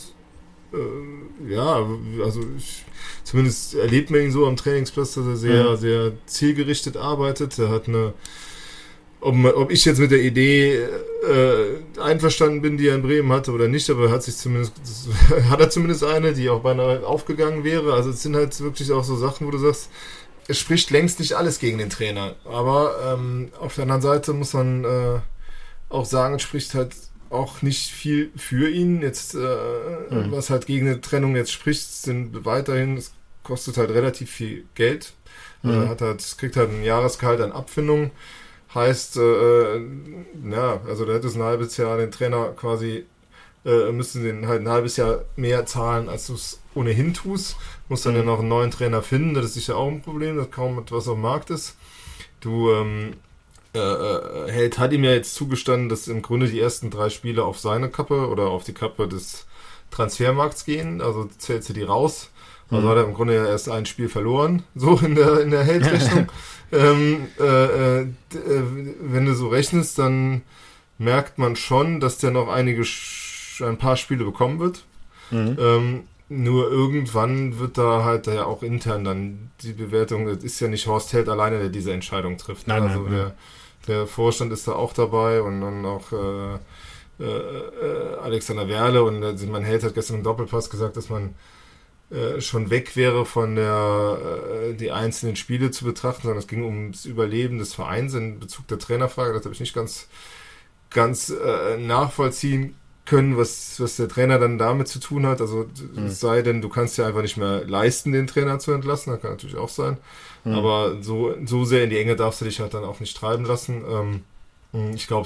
zumindest erlebt man ihn so am Trainingsplatz, dass er sehr, sehr zielgerichtet arbeitet. Er hat ob ich jetzt mit der Idee einverstanden bin, die er in Bremen hatte oder nicht, aber hat er zumindest eine, die auch beinahe aufgegangen wäre. Also es sind halt wirklich auch so Sachen, wo du sagst, es spricht längst nicht alles gegen den Trainer. Aber auf der anderen Seite muss man auch sagen, es spricht halt auch nicht viel für ihn. Jetzt, was halt gegen eine Trennung jetzt spricht, sind weiterhin, es kostet halt relativ viel Geld. Kriegt halt ein Jahresgehalt an Abfindung. Heißt, also da hätte es ein halbes Jahr den Trainer quasi, müssten den halt ein halbes Jahr mehr zahlen, als du es ohnehin tust. Musst dann ja noch einen neuen Trainer finden, das ist sicher auch ein Problem, das kaum etwas auf dem Markt ist. Held hat ihm ja jetzt zugestanden, dass im Grunde die ersten 3 Spiele auf seine Kappe oder auf die Kappe des Transfermarkts gehen, also zählt sie die raus. Also hat er im Grunde ja erst ein Spiel verloren, so in der Held-Rechnung. Wenn du so rechnest, dann merkt man schon, dass der noch ein paar Spiele bekommen wird. Nur irgendwann wird da halt ja auch intern dann die Bewertung, es ist ja nicht Horst Held alleine, der diese Entscheidung trifft. Nein. Der Vorstand ist da auch dabei und dann auch Alexander Werle, und man Held hat gestern im Doppelpass gesagt, dass man schon weg wäre von die einzelnen Spiele zu betrachten, sondern es ging ums Überleben des Vereins in Bezug der Trainerfrage. Das habe ich nicht ganz nachvollziehen können, was der Trainer dann damit zu tun hat. Also es sei denn, du kannst ja einfach nicht mehr leisten, den Trainer zu entlassen. Das kann natürlich auch sein. Aber so sehr in die Enge darfst du dich halt dann auch nicht treiben lassen. Ich glaube,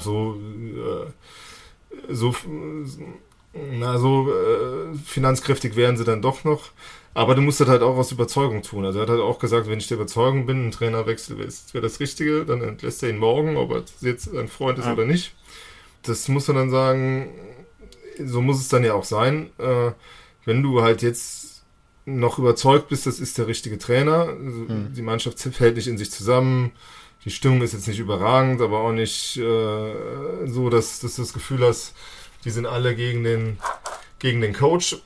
finanzkräftig wären sie dann doch noch. Aber du musst das halt auch aus Überzeugung tun. Also er hat halt auch gesagt, wenn ich der Überzeugung bin, ein Trainerwechsel wäre das Richtige, dann entlässt er ihn morgen, ob er jetzt ein Freund ist oder nicht. Das muss man dann sagen, so muss es dann ja auch sein. Wenn du halt jetzt noch überzeugt bist, das ist der richtige Trainer, die Mannschaft fällt nicht in sich zusammen, die Stimmung ist jetzt nicht überragend, aber auch nicht so, dass du das Gefühl hast, die sind alle gegen den Coach.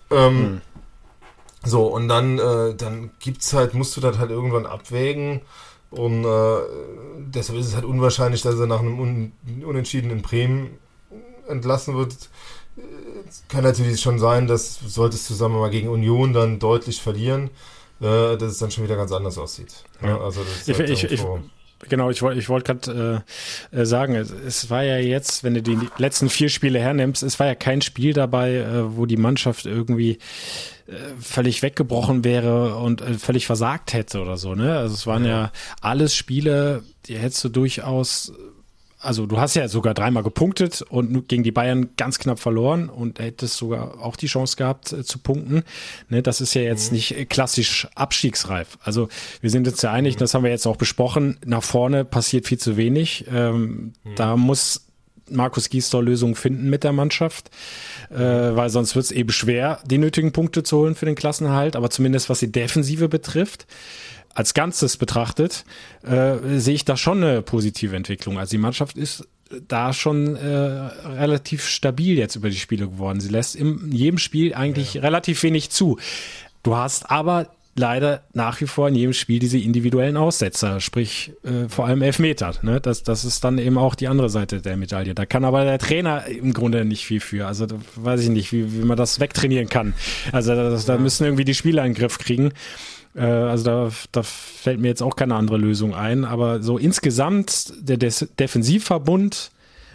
So, und dann gibt's halt, musst du das halt irgendwann abwägen. Und deshalb ist es halt unwahrscheinlich, dass er nach einem Unentschieden in Bremen entlassen wird. Es kann natürlich schon sein, dass, sollte es zusammen mal gegen Union dann deutlich verlieren, dass es dann schon wieder ganz anders aussieht. Ja. Also das ist Genau, ich wollte gerade sagen, es war ja jetzt, wenn du die letzten 4 Spiele hernimmst, es war ja kein Spiel dabei, wo die Mannschaft irgendwie völlig weggebrochen wäre und völlig versagt hätte oder so, ne? Also es waren ja alles Spiele, die hättest du durchaus, also du hast ja sogar 3-mal gepunktet und gegen die Bayern ganz knapp verloren und hättest sogar auch die Chance gehabt zu punkten. Ne, das ist ja jetzt nicht klassisch abstiegsreif. Also wir sind uns ja einig, das haben wir jetzt auch besprochen, nach vorne passiert viel zu wenig. Da muss Markus Gisdol Lösungen finden mit der Mannschaft, weil sonst wird es eben schwer, die nötigen Punkte zu holen für den Klassenerhalt, aber zumindest was die Defensive betrifft, als Ganzes betrachtet, sehe ich da schon eine positive Entwicklung. Also die Mannschaft ist da schon relativ stabil jetzt über die Spiele geworden. Sie lässt in jedem Spiel eigentlich relativ wenig zu. Du hast aber leider nach wie vor in jedem Spiel diese individuellen Aussetzer, sprich vor allem Elfmeter. Ne? Das ist dann eben auch die andere Seite der Medaille. Da kann aber der Trainer im Grunde nicht viel für. Also da weiß ich nicht, wie man das wegtrainieren kann. Also da müssen irgendwie die Spieler in den Griff kriegen. Also da fällt mir jetzt auch keine andere Lösung ein, aber so insgesamt der Defensivverbund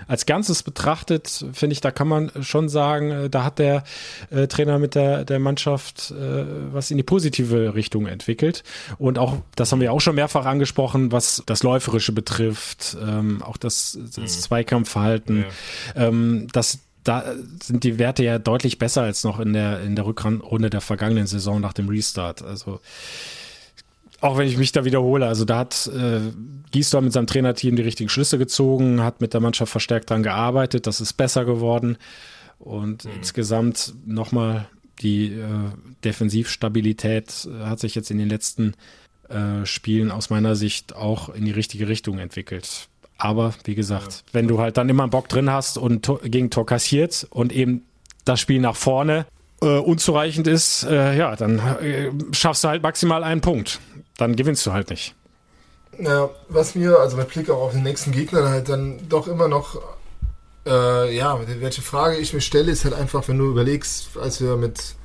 als Ganzes betrachtet, finde ich, da kann man schon sagen, da hat der Trainer mit der Mannschaft was in die positive Richtung entwickelt. Und auch, das haben wir auch schon mehrfach angesprochen, was das Läuferische betrifft, auch das Zweikampfverhalten, da sind die Werte ja deutlich besser als noch in der Rückrunde der vergangenen Saison nach dem Restart. Also auch wenn ich mich da wiederhole, also da hat Gisdol mit seinem Trainerteam die richtigen Schlüsse gezogen, hat mit der Mannschaft verstärkt daran gearbeitet, das ist besser geworden und insgesamt nochmal die Defensivstabilität hat sich jetzt in den letzten Spielen aus meiner Sicht auch in die richtige Richtung entwickelt. Aber wie gesagt, wenn du halt dann immer einen Bock drin hast und Gegentor kassiert und eben das Spiel nach vorne unzureichend ist, dann schaffst du halt maximal einen Punkt. Dann gewinnst du halt nicht. Ja, was mir, also mit Blick auch auf den nächsten Gegner halt dann doch immer noch, welche Frage ich mir stelle, ist halt einfach, wenn du überlegst, als wir mit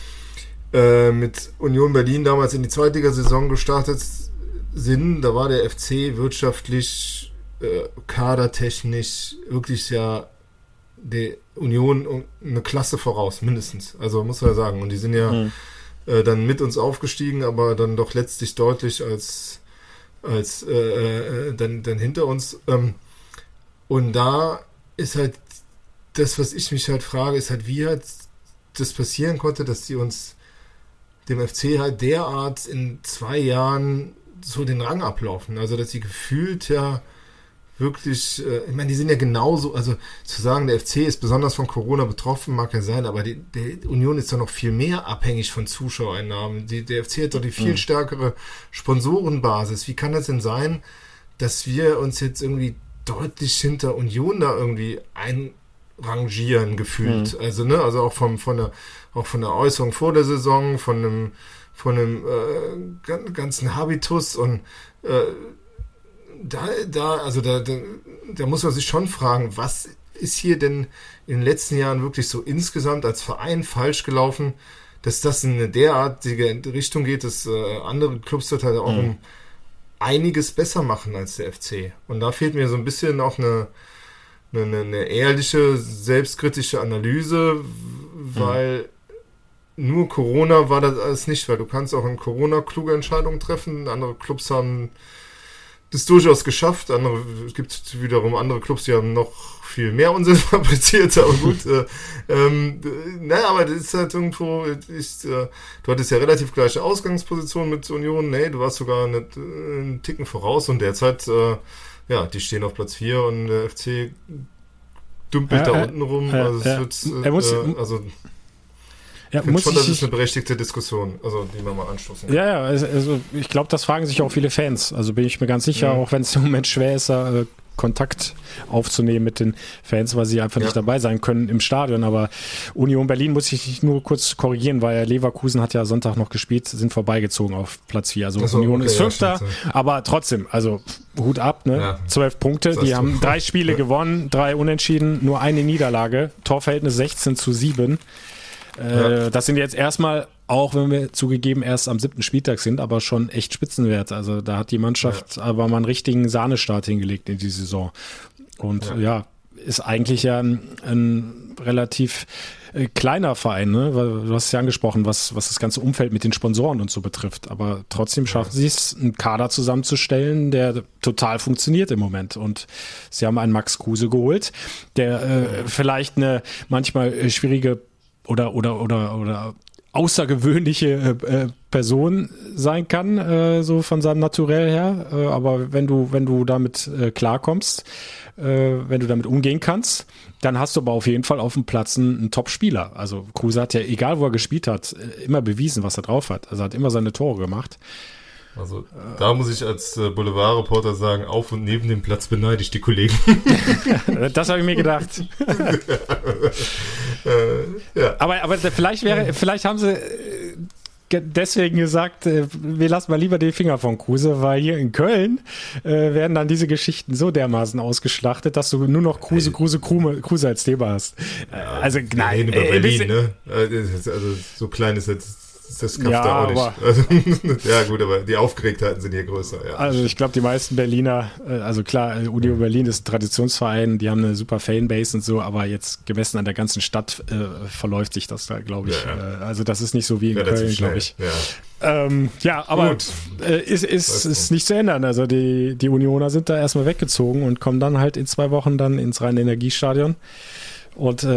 Union Berlin damals in die Zweitligasaison gestartet sind, da war der FC wirtschaftlich, kadertechnisch wirklich ja der Union eine Klasse voraus, mindestens. Also muss man ja sagen. Und die sind ja dann mit uns aufgestiegen, aber dann doch letztlich deutlich als dann hinter uns. Und da ist halt das, was ich mich halt frage, ist halt, wie halt das passieren konnte, dass die uns dem FC halt derart in 2 Jahren so den Rang ablaufen. Also, dass sie gefühlt ja wirklich, ich meine, die sind ja genauso, also zu sagen, der FC ist besonders von Corona betroffen, mag ja sein, aber die Union ist doch noch viel mehr abhängig von Zuschauereinnahmen. Der FC hat doch die viel stärkere Sponsorenbasis. Wie kann das denn sein, dass wir uns jetzt irgendwie deutlich hinter Union da irgendwie einrangieren gefühlt? Also, ne, also auch von der Äußerung vor der Saison, von einem ganzen Habitus und da muss man sich schon fragen, was ist hier denn in den letzten Jahren wirklich so insgesamt als Verein falsch gelaufen, dass das in eine derartige Richtung geht, dass andere Clubs dort halt auch um einiges besser machen als der FC. Und da fehlt mir so ein bisschen auch eine ehrliche, selbstkritische Analyse, weil nur Corona war das alles nicht, weil du kannst auch in Corona kluge Entscheidungen treffen. Andere Clubs haben das durchaus geschafft. Es gibt wiederum andere Clubs, die haben noch viel mehr Unsinn fabriziert, aber gut. Aber das ist halt irgendwo, du hattest ja relativ gleiche Ausgangsposition mit Union. Nee, du warst sogar einen Ticken voraus und derzeit, die stehen auf Platz 4 und der FC dümpelt da unten rum. Ich finde schon, das ist eine berechtigte Diskussion, also die wir mal anstoßen. Ja, also ich glaube, das fragen sich auch viele Fans. Also bin ich mir ganz sicher, auch wenn es im Moment schwer ist, Kontakt aufzunehmen mit den Fans, weil sie einfach nicht dabei sein können im Stadion. Aber Union Berlin muss ich nur kurz korrigieren, weil Leverkusen hat ja Sonntag noch gespielt, sind vorbeigezogen auf Platz 4. Also Union ist Fünfter, aber trotzdem, also Hut ab, ne? Ja. 12 Punkte, die haben 3 Spiele gewonnen, 3 Unentschieden, nur eine Niederlage, Torverhältnis 16:7. Das sind jetzt erstmal, auch wenn wir zugegeben erst am 7. Spieltag sind, aber schon echt Spitzenwert. Also da hat die Mannschaft aber mal einen richtigen Sahnestart hingelegt in die Saison. Und ist eigentlich ja ein relativ kleiner Verein, ne? Weil du hast es ja angesprochen, was das ganze Umfeld mit den Sponsoren und so betrifft. Aber trotzdem schaffen sie es, einen Kader zusammenzustellen, der total funktioniert im Moment. Und sie haben einen Max Kruse geholt, der vielleicht eine manchmal schwierige oder außergewöhnliche Person sein kann, so von seinem Naturell her. Aber wenn du damit klarkommst, wenn du damit umgehen kannst, dann hast du aber auf jeden Fall auf dem Platz einen Top-Spieler. Also Kruse hat ja, egal wo er gespielt hat, immer bewiesen, was er drauf hat. Also er hat immer seine Tore gemacht. Also da muss ich als Boulevardreporter sagen, auf und neben dem Platz beneide ich die Kollegen. Das habe ich mir gedacht. Aber vielleicht haben sie deswegen gesagt, wir lassen mal lieber den Finger von Kruse, weil hier in Köln werden dann diese Geschichten so dermaßen ausgeschlachtet, dass du nur noch Kruse als Thema hast. Also nein, über Berlin, ne? Also so klein ist jetzt Das klappt da auch nicht. Also, ja gut, aber die Aufgeregtheiten sind hier größer. Ja. Also ich glaube, die meisten Berliner, also klar, Union Berlin ist ein Traditionsverein, die haben eine super Fanbase und so, aber jetzt gemessen an der ganzen Stadt verläuft sich das da, glaube ich. Ja. Also das ist nicht so wie in Köln, glaube ich. Ja, aber ist nicht zu ändern. Also die Unioner sind da erstmal weggezogen und kommen dann halt in 2 Wochen dann ins Rhein-Energiestadion. Und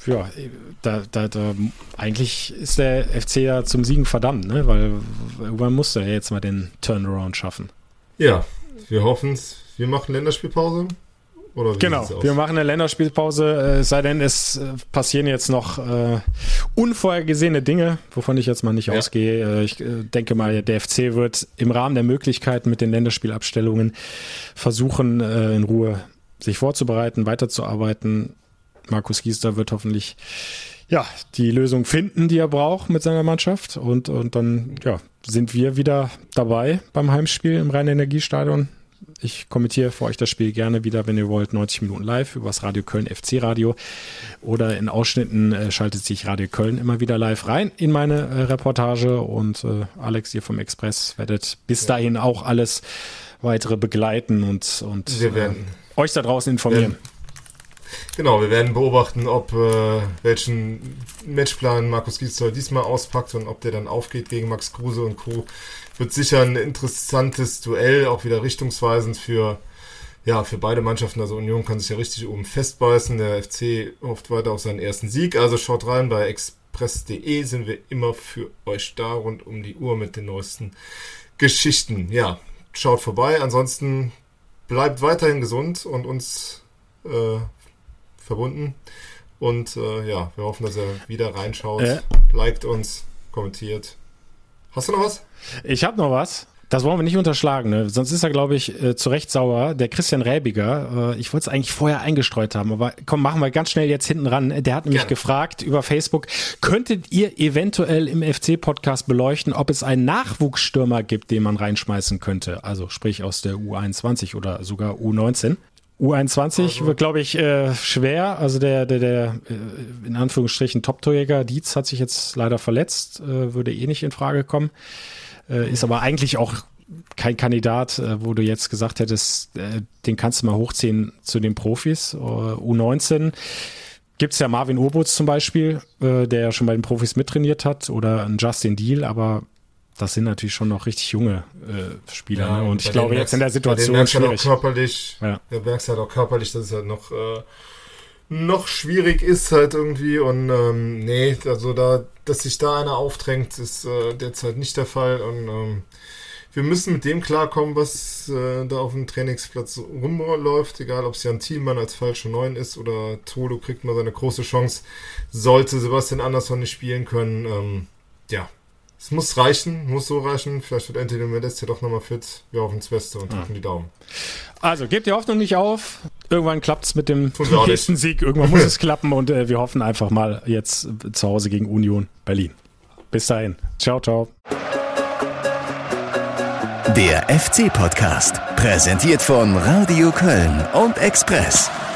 da eigentlich ist der FC ja zum Siegen verdammt, ne? Weil irgendwann muss er ja jetzt mal den Turnaround schaffen. Ja, wir hoffen es. Wir machen Länderspielpause. Oder wie genau, wir machen eine Länderspielpause, es sei denn, es passieren jetzt noch unvorhergesehene Dinge, wovon ich jetzt mal nicht ausgehe. Ich denke mal, der FC wird im Rahmen der Möglichkeiten mit den Länderspielabstellungen versuchen, in Ruhe sich vorzubereiten, weiterzuarbeiten. Markus Giester wird hoffentlich die Lösung finden, die er braucht mit seiner Mannschaft. Und dann sind wir wieder dabei beim Heimspiel im Rhein-Energiestadion. Ich kommentiere für euch das Spiel gerne wieder, wenn ihr wollt, 90 Minuten live übers Radio Köln FC Radio. Oder in Ausschnitten schaltet sich Radio Köln immer wieder live rein in meine Reportage. Und Alex, ihr vom Express werdet bis dahin auch alles weitere begleiten und wir werden euch da draußen informieren. Genau, wir werden beobachten, ob welchen Matchplan Markus Giester diesmal auspackt und ob der dann aufgeht gegen Max Kruse und Co. Wird sicher ein interessantes Duell, auch wieder richtungsweisend für beide Mannschaften. Also Union kann sich ja richtig oben festbeißen. Der FC hofft weiter auf seinen ersten Sieg. Also schaut rein, bei express.de sind wir immer für euch da, rund um die Uhr mit den neuesten Geschichten. Ja, schaut vorbei. Ansonsten bleibt weiterhin gesund und uns verbunden. Und wir hoffen, dass ihr wieder reinschaut, liked uns, kommentiert. Hast du noch was? Ich habe noch was. Das wollen wir nicht unterschlagen, ne? Sonst ist er, glaube ich, zu Recht sauer. Der Christian Räbiger, ich wollte es eigentlich vorher eingestreut haben, aber komm, machen wir ganz schnell jetzt hinten ran. Der hat nämlich gefragt über Facebook, könntet ihr eventuell im FC-Podcast beleuchten, ob es einen Nachwuchsstürmer gibt, den man reinschmeißen könnte? Also sprich aus der U21 oder sogar U19. U21 wird, glaube ich, schwer. Also der in Anführungsstrichen Top-Torjäger Dietz hat sich jetzt leider verletzt, würde nicht in Frage kommen. Ist aber eigentlich auch kein Kandidat, wo du jetzt gesagt hättest, den kannst du mal hochziehen zu den Profis. U19 gibt's ja Marvin Obutz zum Beispiel, der ja schon bei den Profis mittrainiert hat, oder ein Justin Deal, aber das sind natürlich schon noch richtig junge Spieler. Ja, ne? Und ich glaube, jetzt in der Situation schwierig. Der merkt halt auch körperlich, dass es halt noch schwierig ist halt irgendwie. Und dass sich da einer aufdrängt, ist derzeit nicht der Fall. Und wir müssen mit dem klarkommen, was da auf dem Trainingsplatz rumläuft. Egal, ob es Jan Thielmann als falsche 9 ist oder Tolo kriegt mal seine große Chance. Sollte Sebastian Andersson nicht spielen können, es muss so reichen. Vielleicht wird Anthony Modeste ja doch nochmal fit. Wir hoffen das Beste und drücken die Daumen. Also, gebt die Hoffnung nicht auf. Irgendwann klappt es mit dem nächsten Sieg. Irgendwann muss es klappen und wir hoffen einfach mal jetzt zu Hause gegen Union Berlin. Bis dahin. Ciao, ciao. Der FC-Podcast, präsentiert von Radio Köln und Express.